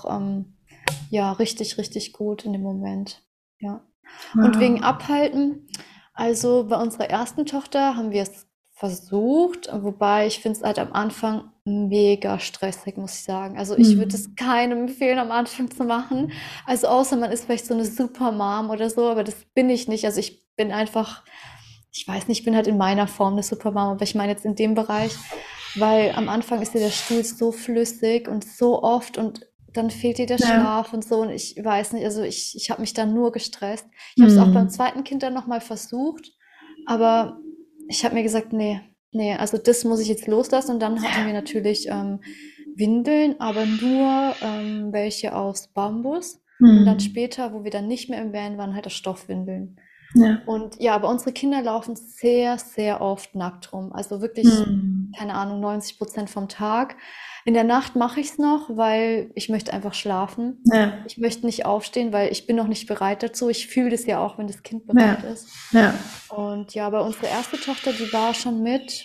[SPEAKER 2] ja richtig, richtig gut in dem Moment. Ja. Und wegen
[SPEAKER 1] Wow.
[SPEAKER 2] Abhalten, also bei unserer ersten Tochter haben wir es versucht, wobei ich finde es halt am Anfang mega stressig, muss ich sagen. Also ich würde es
[SPEAKER 1] Hm.
[SPEAKER 2] keinem empfehlen, am Anfang zu machen. Also außer man ist vielleicht so eine Supermom oder so, aber das bin ich nicht. Also ich bin einfach, ich weiß nicht, ich bin halt in meiner Form eine Supermom, aber ich meine jetzt in dem Bereich, weil am Anfang ist dir der Stuhl so flüssig und so oft und dann fehlt dir der
[SPEAKER 1] Ja.
[SPEAKER 2] Schlaf und so und ich weiß nicht, also ich habe mich dann nur gestresst. Ich habe es auch beim
[SPEAKER 1] Hm.
[SPEAKER 2] zweiten Kind dann nochmal versucht, aber ich habe mir gesagt, nee, nee, also das muss ich jetzt loslassen. Und dann hatten wir natürlich Windeln, aber nur welche aus Bambus. Und dann
[SPEAKER 1] Hm.
[SPEAKER 2] später, wo wir dann nicht mehr im Van waren, halt das Stoffwindeln.
[SPEAKER 1] Ja.
[SPEAKER 2] Und ja, aber unsere Kinder laufen sehr, sehr oft nackt rum. Also wirklich,
[SPEAKER 1] Hm.
[SPEAKER 2] keine Ahnung, 90% vom Tag. In der Nacht mache ich es noch, weil ich möchte einfach schlafen.
[SPEAKER 1] Ja.
[SPEAKER 2] Ich möchte nicht aufstehen, weil ich bin noch nicht bereit dazu. Ich fühle das ja auch, wenn das Kind
[SPEAKER 1] Ja.
[SPEAKER 2] bereit ist.
[SPEAKER 1] Ja.
[SPEAKER 2] Und ja, aber unsere erste Tochter, die war schon mit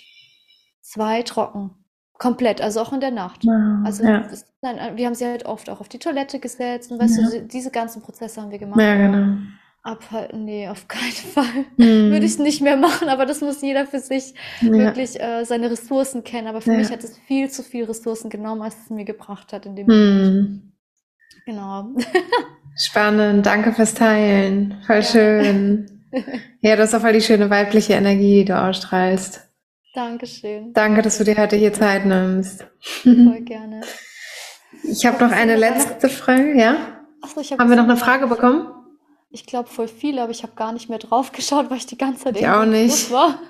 [SPEAKER 2] 2 trocken. Komplett, also auch in der Nacht.
[SPEAKER 1] Wow.
[SPEAKER 2] Also
[SPEAKER 1] Ja.
[SPEAKER 2] nein, wir haben sie halt oft auch auf die Toilette gesetzt und weißt
[SPEAKER 1] Ja.
[SPEAKER 2] du, diese ganzen Prozesse haben wir gemacht,
[SPEAKER 1] Ja,
[SPEAKER 2] aber
[SPEAKER 1] genau.
[SPEAKER 2] abhalten, nee, auf keinen Fall. Würde ich
[SPEAKER 1] Hm.
[SPEAKER 2] nicht mehr machen, aber das muss jeder für sich
[SPEAKER 1] Ja.
[SPEAKER 2] wirklich seine Ressourcen kennen. Aber für mich
[SPEAKER 1] Ja.
[SPEAKER 2] hat es viel zu viel Ressourcen genommen, als es mir gebracht hat in dem Moment.
[SPEAKER 1] Hm.
[SPEAKER 2] Genau.
[SPEAKER 1] Spannend. Danke fürs Teilen. Voll
[SPEAKER 2] Gerne.
[SPEAKER 1] schön. Ja, das ist auch voll die schöne weibliche Energie, die du ausstrahlst.
[SPEAKER 2] Dankeschön,
[SPEAKER 1] Danke, dass du
[SPEAKER 2] danke.
[SPEAKER 1] dir heute hier Zeit nimmst.
[SPEAKER 2] Voll gerne.
[SPEAKER 1] Ich
[SPEAKER 2] Ich
[SPEAKER 1] habe
[SPEAKER 2] habe
[SPEAKER 1] noch eine
[SPEAKER 2] gesehen, da war noch,
[SPEAKER 1] letzte Frage, ja?
[SPEAKER 2] achso, ich habe
[SPEAKER 1] Haben wir noch
[SPEAKER 2] gesehen,
[SPEAKER 1] eine
[SPEAKER 2] da waren
[SPEAKER 1] Frage
[SPEAKER 2] noch
[SPEAKER 1] bekommen?
[SPEAKER 2] ich glaube, voll viele, aber ich habe gar nicht mehr drauf geschaut, weil ich die ganze Zeit
[SPEAKER 1] Ich auch
[SPEAKER 2] irgendwie im Fluss
[SPEAKER 1] nicht.
[SPEAKER 2] war.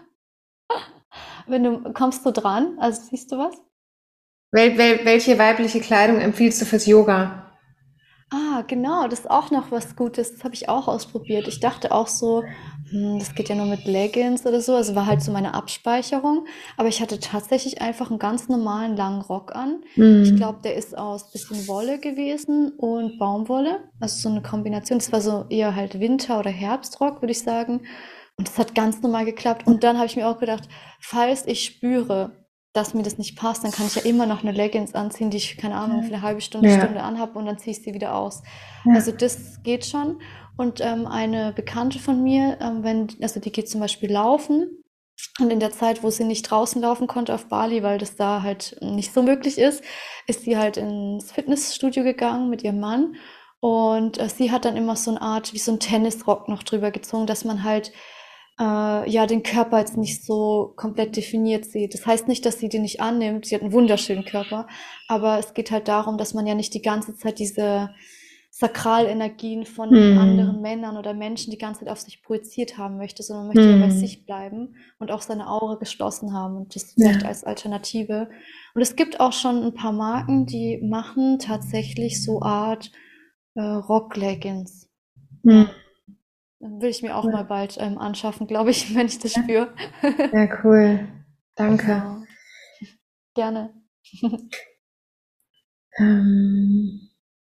[SPEAKER 2] Wenn du kommst du dran? Also siehst du was?
[SPEAKER 1] Welche weibliche Kleidung empfiehlst du fürs Yoga?
[SPEAKER 2] Ah, genau, das ist auch noch was Gutes. Das habe ich auch ausprobiert. Ich dachte auch so, das geht ja nur mit Leggings oder so. Also war halt so meine Abspeicherung. Aber ich hatte tatsächlich einfach einen ganz normalen langen Rock an. Ich
[SPEAKER 1] Hm.
[SPEAKER 2] glaube, der ist aus bisschen Wolle gewesen und Baumwolle. Also so eine Kombination. Das war so eher halt Winter- oder Herbstrock, würde ich sagen. Und das hat ganz normal geklappt. Und dann habe ich mir auch gedacht, falls ich spüre, dass mir das nicht passt, dann kann ich ja immer noch eine Leggings anziehen, die ich, keine Ahnung, für eine halbe Stunde,
[SPEAKER 1] Ja,
[SPEAKER 2] Stunde anhabe und dann ziehe ich sie wieder aus.
[SPEAKER 1] ja.
[SPEAKER 2] Also das geht schon. Und eine Bekannte von mir, also die geht zum Beispiel laufen und in der Zeit, wo sie nicht draußen laufen konnte auf Bali, weil das da halt nicht so möglich ist sie halt ins Fitnessstudio gegangen mit ihrem Mann und sie hat dann immer so eine Art, wie so ein Tennisrock noch drüber gezogen, dass man halt ja, den Körper jetzt nicht so komplett definiert sieht. Das heißt nicht, dass sie den nicht annimmt. Sie hat einen wunderschönen Körper. Aber es geht halt darum, dass man ja nicht die ganze Zeit diese Sakralenergien von anderen
[SPEAKER 1] Hm.
[SPEAKER 2] Männern oder Menschen die ganze Zeit auf sich projiziert haben möchte, sondern man möchte ja bei
[SPEAKER 1] Hm.
[SPEAKER 2] sich bleiben und auch seine Aura geschlossen haben und das vielleicht
[SPEAKER 1] Ja.
[SPEAKER 2] als Alternative. Und es gibt auch schon ein paar Marken, die machen tatsächlich so Art Rock-Leggings.
[SPEAKER 1] Hm.
[SPEAKER 2] Ja. Dann will ich mir auch mal
[SPEAKER 1] Cool.
[SPEAKER 2] bald anschaffen, glaube ich, wenn ich das spüre.
[SPEAKER 1] Ja, cool. Danke.
[SPEAKER 2] Genau, gerne.
[SPEAKER 1] Ähm,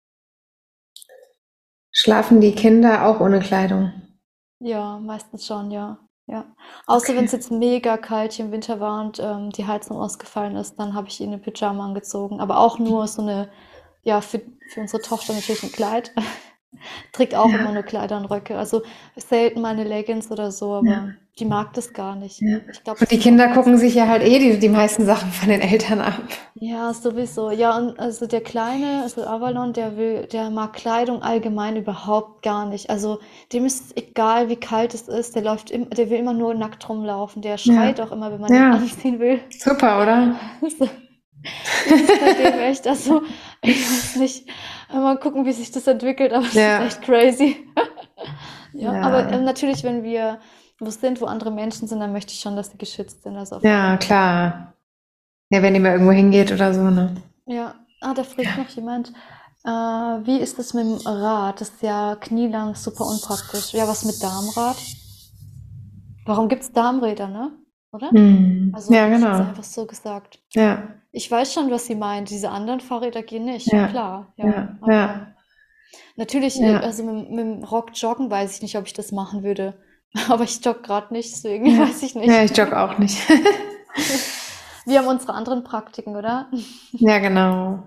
[SPEAKER 1] Schlafen die Kinder auch ohne Kleidung?
[SPEAKER 2] Ja, meistens schon, ja. Ja. Außer wenn
[SPEAKER 1] Okay.
[SPEAKER 2] es jetzt mega kalt hier im Winter war und die Heizung ausgefallen ist, dann habe ich ihnen eine Pyjama angezogen. Aber auch nur so eine, ja, für unsere Tochter natürlich ein Kleid. Trägt auch immer
[SPEAKER 1] Ja,
[SPEAKER 2] nur Kleider und Röcke. Also selten meine Leggings oder so, aber
[SPEAKER 1] ja,
[SPEAKER 2] die mag das gar nicht.
[SPEAKER 1] ja.
[SPEAKER 2] Ich glaube,
[SPEAKER 1] Und
[SPEAKER 2] das
[SPEAKER 1] die
[SPEAKER 2] ist auch
[SPEAKER 1] Kinder
[SPEAKER 2] ganz
[SPEAKER 1] gucken sich ja
[SPEAKER 2] wichtig.
[SPEAKER 1] halt die meisten Sachen von den Eltern ab.
[SPEAKER 2] Ja, sowieso. Ja, und also der Kleine, also Avalon, der mag Kleidung allgemein überhaupt gar nicht. Also dem ist es egal, wie kalt es ist, der will immer nur nackt rumlaufen. Der
[SPEAKER 1] Ja,
[SPEAKER 2] schreit auch immer, wenn man ihn
[SPEAKER 1] ja,
[SPEAKER 2] anziehen will.
[SPEAKER 1] super, oder?
[SPEAKER 2] So, das ist bei dem echt, also Ich weiß nicht. Mal gucken, wie sich das entwickelt, aber es ist
[SPEAKER 1] Ja,
[SPEAKER 2] echt crazy. Ja, aber
[SPEAKER 1] ja,
[SPEAKER 2] natürlich, wenn wir wo sind, wo andere Menschen sind, dann möchte ich schon, dass sie geschützt sind, also auf alle
[SPEAKER 1] ja,
[SPEAKER 2] Fälle.
[SPEAKER 1] klar. Ja, wenn ihr mal irgendwo hingeht oder so, ne?
[SPEAKER 2] Ja, da fragt
[SPEAKER 1] Ja.
[SPEAKER 2] noch jemand, wie ist es mit dem Rad? Das ist ja knielang super unpraktisch. Ja, was mit Darmrad? Warum gibt's Darmräder, ne? Oder? Also
[SPEAKER 1] Ja,
[SPEAKER 2] hätte ich jetzt
[SPEAKER 1] genau.
[SPEAKER 2] einfach so gesagt. Ja.
[SPEAKER 1] Ja,
[SPEAKER 2] Ich weiß schon, was sie meint. Diese anderen Fahrräder gehen nicht.
[SPEAKER 1] ja,
[SPEAKER 2] Klar, ja.
[SPEAKER 1] ja,
[SPEAKER 2] Aber
[SPEAKER 1] ja,
[SPEAKER 2] natürlich,
[SPEAKER 1] ja,
[SPEAKER 2] also mit dem Rock joggen weiß ich nicht, ob ich das machen würde. Aber ich jogge gerade nicht, deswegen
[SPEAKER 1] ja.
[SPEAKER 2] weiß ich
[SPEAKER 1] Ja,
[SPEAKER 2] nicht.
[SPEAKER 1] ich jogge auch nicht.
[SPEAKER 2] Wir haben unsere anderen Praktiken, oder?
[SPEAKER 1] Ja, genau.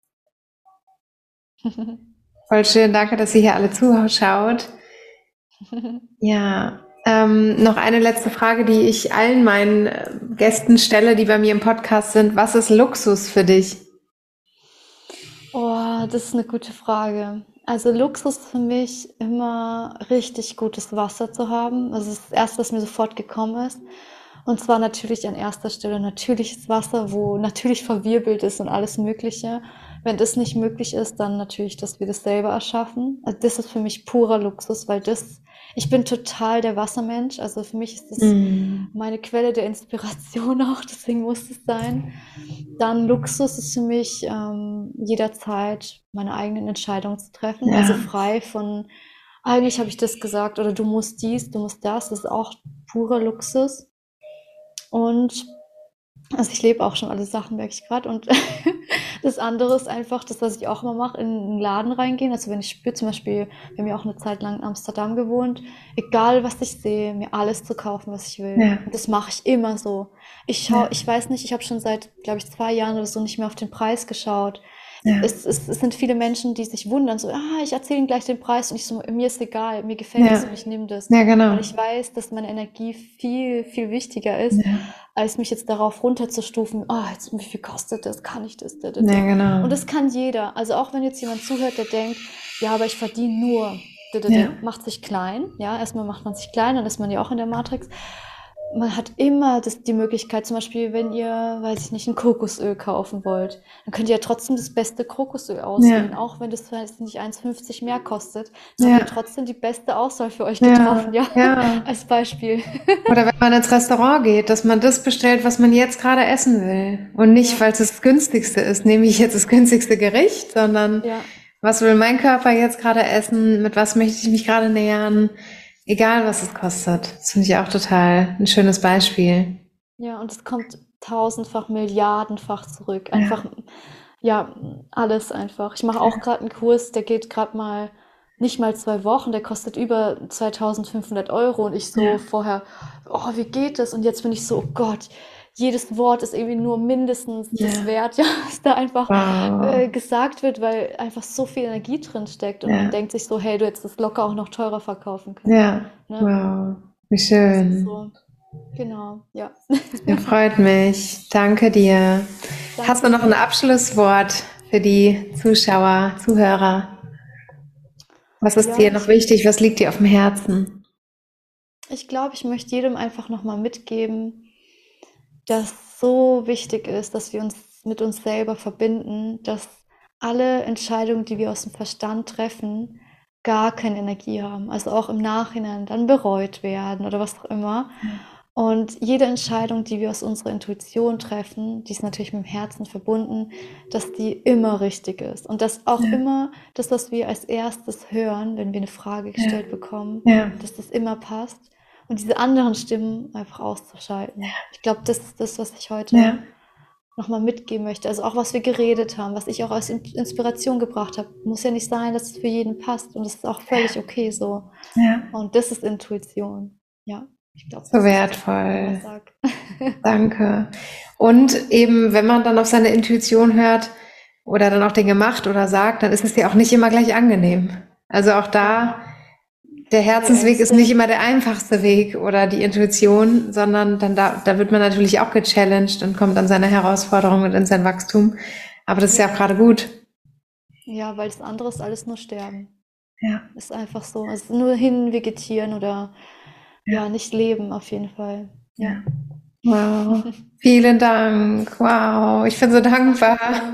[SPEAKER 1] Voll schön, danke, dass ihr hier alle zuschaut. Ja, noch eine letzte Frage, die ich allen meinen Gästen stelle, die bei mir im Podcast sind. Was ist Luxus für dich?
[SPEAKER 2] Oh, das ist eine gute Frage. Also Luxus für mich immer richtig gutes Wasser zu haben. Also das ist das Erste, was mir sofort gekommen ist. Und zwar natürlich an erster Stelle natürliches Wasser, wo natürlich verwirbelt ist und alles Mögliche. Wenn das nicht möglich ist, dann natürlich, dass wir das selber erschaffen. Also das ist für mich purer Luxus, weil ich bin total der Wassermensch. Also für mich ist das
[SPEAKER 1] Hm.
[SPEAKER 2] meine Quelle der Inspiration auch, deswegen muss es sein. Dann Luxus ist für mich jederzeit meine eigenen Entscheidungen zu treffen, also
[SPEAKER 1] Ja,
[SPEAKER 2] frei von, eigentlich habe ich das gesagt, oder du musst dies, du musst das ist auch purer Luxus. Und also ich lebe auch schon alle Sachen, merke ich gerade. Und das andere ist einfach das, was ich auch immer mache, in einen Laden reingehen. Also wenn ich spüre, zum Beispiel, wir haben ja auch eine Zeit lang in Amsterdam gewohnt, egal was ich sehe, mir alles zu kaufen, was ich will.
[SPEAKER 1] ja,
[SPEAKER 2] Und das mache ich immer so.
[SPEAKER 1] ja,
[SPEAKER 2] Ich weiß nicht, ich habe schon seit, glaube ich, 2 Jahren oder so nicht mehr auf den Preis geschaut.
[SPEAKER 1] ja,
[SPEAKER 2] Es sind viele Menschen, die sich wundern, so, ich erzähle ihnen gleich den Preis und ich so, mir ist egal, mir gefällt es
[SPEAKER 1] ja,
[SPEAKER 2] und ich nehme das,
[SPEAKER 1] ja,
[SPEAKER 2] weil
[SPEAKER 1] genau.
[SPEAKER 2] ich weiß, dass meine Energie viel, viel wichtiger ist,
[SPEAKER 1] Ja,
[SPEAKER 2] als mich jetzt darauf runterzustufen, jetzt, wie viel kostet das, kann ich das, da, da,
[SPEAKER 1] ja,
[SPEAKER 2] da. Und
[SPEAKER 1] genau.
[SPEAKER 2] das kann jeder. Also auch wenn jetzt jemand zuhört, der denkt, ja, aber ich verdiene nur, da, da, da,
[SPEAKER 1] Ja,
[SPEAKER 2] macht sich klein, ja, erstmal macht man sich klein, dann ist man ja auch in der Matrix. Man hat immer die Möglichkeit, zum Beispiel, wenn ihr, weiß ich nicht, ein Kokosöl kaufen wollt, dann könnt ihr ja trotzdem das beste Kokosöl auswählen,
[SPEAKER 1] ja,
[SPEAKER 2] auch wenn das vielleicht nicht 1,50 mehr kostet, dann habt ihr
[SPEAKER 1] ja,
[SPEAKER 2] trotzdem die beste Auswahl für euch
[SPEAKER 1] ja,
[SPEAKER 2] getroffen, ja,
[SPEAKER 1] ja.
[SPEAKER 2] als Beispiel.
[SPEAKER 1] Oder wenn man ins Restaurant geht, dass man das bestellt, was man jetzt gerade essen will. Und nicht,
[SPEAKER 2] Ja,
[SPEAKER 1] weil es das günstigste ist, nehme ich jetzt das günstigste Gericht, sondern
[SPEAKER 2] ja.
[SPEAKER 1] was will mein Körper jetzt gerade essen, mit was möchte ich mich gerade nähern, egal was es kostet. Das finde ich auch total ein schönes Beispiel.
[SPEAKER 2] Ja, und es kommt tausendfach, milliardenfach zurück.
[SPEAKER 1] Ja,
[SPEAKER 2] Einfach, ja, alles einfach. Ich mache auch gerade einen Kurs, der geht gerade mal nicht mal 2 Wochen, der kostet über 2.500 € und ich so
[SPEAKER 1] ja,
[SPEAKER 2] vorher, oh, wie geht das? Und jetzt bin ich so, oh Gott, jedes Wort ist irgendwie nur mindestens das
[SPEAKER 1] ja,
[SPEAKER 2] wert, ja, was da einfach
[SPEAKER 1] wow,
[SPEAKER 2] gesagt wird, weil einfach so viel Energie drin steckt und man
[SPEAKER 1] ja,
[SPEAKER 2] denkt sich so, hey, du hättest das locker auch noch teurer verkaufen können.
[SPEAKER 1] ja,
[SPEAKER 2] Ne?
[SPEAKER 1] wow, wie
[SPEAKER 2] Das ist
[SPEAKER 1] schön.
[SPEAKER 2] so, genau, ja.
[SPEAKER 1] Ja, freut mich. Danke dir. Hast
[SPEAKER 2] Danke
[SPEAKER 1] du noch ein
[SPEAKER 2] dir.
[SPEAKER 1] Abschlusswort für die Zuschauer, Zuhörer? Was ist
[SPEAKER 2] Ja,
[SPEAKER 1] dir noch wichtig? Was liegt dir auf dem Herzen?
[SPEAKER 2] ich glaube, ich möchte jedem einfach nochmal mitgeben, dass so wichtig ist, dass wir uns mit uns selber verbinden, dass alle Entscheidungen, die wir aus dem Verstand treffen, gar keine Energie haben, also auch im Nachhinein dann bereut werden oder was auch immer. Und jede Entscheidung, die wir aus unserer Intuition treffen, die ist natürlich mit dem Herzen verbunden, dass die immer richtig ist. Und dass auch
[SPEAKER 1] Ja,
[SPEAKER 2] immer das, was wir als erstes hören, wenn wir eine Frage
[SPEAKER 1] ja,
[SPEAKER 2] gestellt bekommen,
[SPEAKER 1] ja,
[SPEAKER 2] dass das immer passt. Und diese anderen Stimmen einfach auszuschalten. Ich glaube, das ist das, was ich heute
[SPEAKER 1] ja,
[SPEAKER 2] nochmal mitgeben möchte. Also auch was wir geredet haben, was ich auch als Inspiration gebracht habe. Muss ja nicht sein, dass es für jeden passt. Und das ist auch völlig okay so.
[SPEAKER 1] ja.
[SPEAKER 2] Und das ist Intuition. Ja, ich glaube,
[SPEAKER 1] So
[SPEAKER 2] das ist das, was ich immer
[SPEAKER 1] wertvoll.
[SPEAKER 2] sage.
[SPEAKER 1] Danke. Und eben, wenn man dann auf seine Intuition hört oder dann auch Dinge macht oder sagt, dann ist es ja auch nicht immer gleich angenehm. Also auch
[SPEAKER 2] Ja,
[SPEAKER 1] da, der
[SPEAKER 2] die
[SPEAKER 1] Herzensweg ist nicht
[SPEAKER 2] Ängste.
[SPEAKER 1] immer der einfachste Weg oder die Intuition, sondern dann da wird man natürlich auch gechallenged und kommt an seine Herausforderungen und in sein Wachstum. Aber das ist ja
[SPEAKER 2] Ja,
[SPEAKER 1] auch gerade gut.
[SPEAKER 2] ja, weil das andere ist alles nur Sterben.
[SPEAKER 1] Ja,
[SPEAKER 2] Ist einfach so. Also nur hinvegetieren oder ja,
[SPEAKER 1] ja,
[SPEAKER 2] nicht leben auf jeden Fall. Ja.
[SPEAKER 1] ja. Wow. Vielen Dank. Wow. Ich bin so
[SPEAKER 2] Danke
[SPEAKER 1] dankbar.
[SPEAKER 2] dir.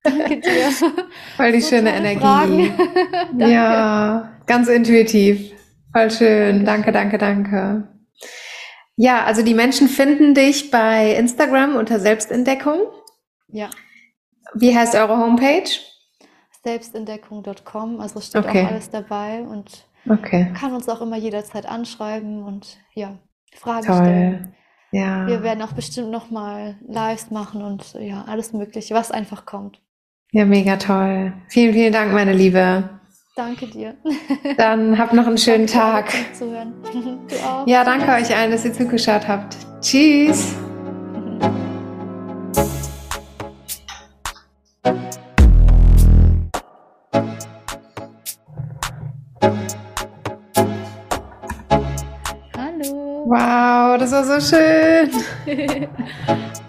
[SPEAKER 2] Danke dir.
[SPEAKER 1] Voll die
[SPEAKER 2] So
[SPEAKER 1] schöne
[SPEAKER 2] tolle
[SPEAKER 1] Energie.
[SPEAKER 2] Fragen. Danke.
[SPEAKER 1] Ja, ganz intuitiv. Voll schön. Danke,
[SPEAKER 2] Dankeschön.
[SPEAKER 1] danke, danke. Ja, also die Menschen finden dich bei Instagram unter Selbstentdeckung.
[SPEAKER 2] Ja,
[SPEAKER 1] Wie heißt eure Homepage?
[SPEAKER 2] selbstentdeckung.com, also steht auch
[SPEAKER 1] Okay,
[SPEAKER 2] alles dabei und
[SPEAKER 1] okay,
[SPEAKER 2] man kann uns auch immer jederzeit anschreiben und ja, Fragen stellen.
[SPEAKER 1] toll.
[SPEAKER 2] Wir
[SPEAKER 1] Ja,
[SPEAKER 2] werden auch bestimmt noch mal Lives machen und ja, alles Mögliche, was einfach kommt.
[SPEAKER 1] ja, mega toll. Vielen, vielen Dank, meine Liebe.
[SPEAKER 2] Danke dir.
[SPEAKER 1] Dann habt noch einen schönen
[SPEAKER 2] Danke für alle
[SPEAKER 1] Tag.
[SPEAKER 2] zum Zuhören. Du auch.
[SPEAKER 1] Ja, danke
[SPEAKER 2] Tschüss.
[SPEAKER 1] euch allen, dass ihr zugeschaut habt. Tschüss.
[SPEAKER 2] Hallo.
[SPEAKER 1] Wow, das war so schön.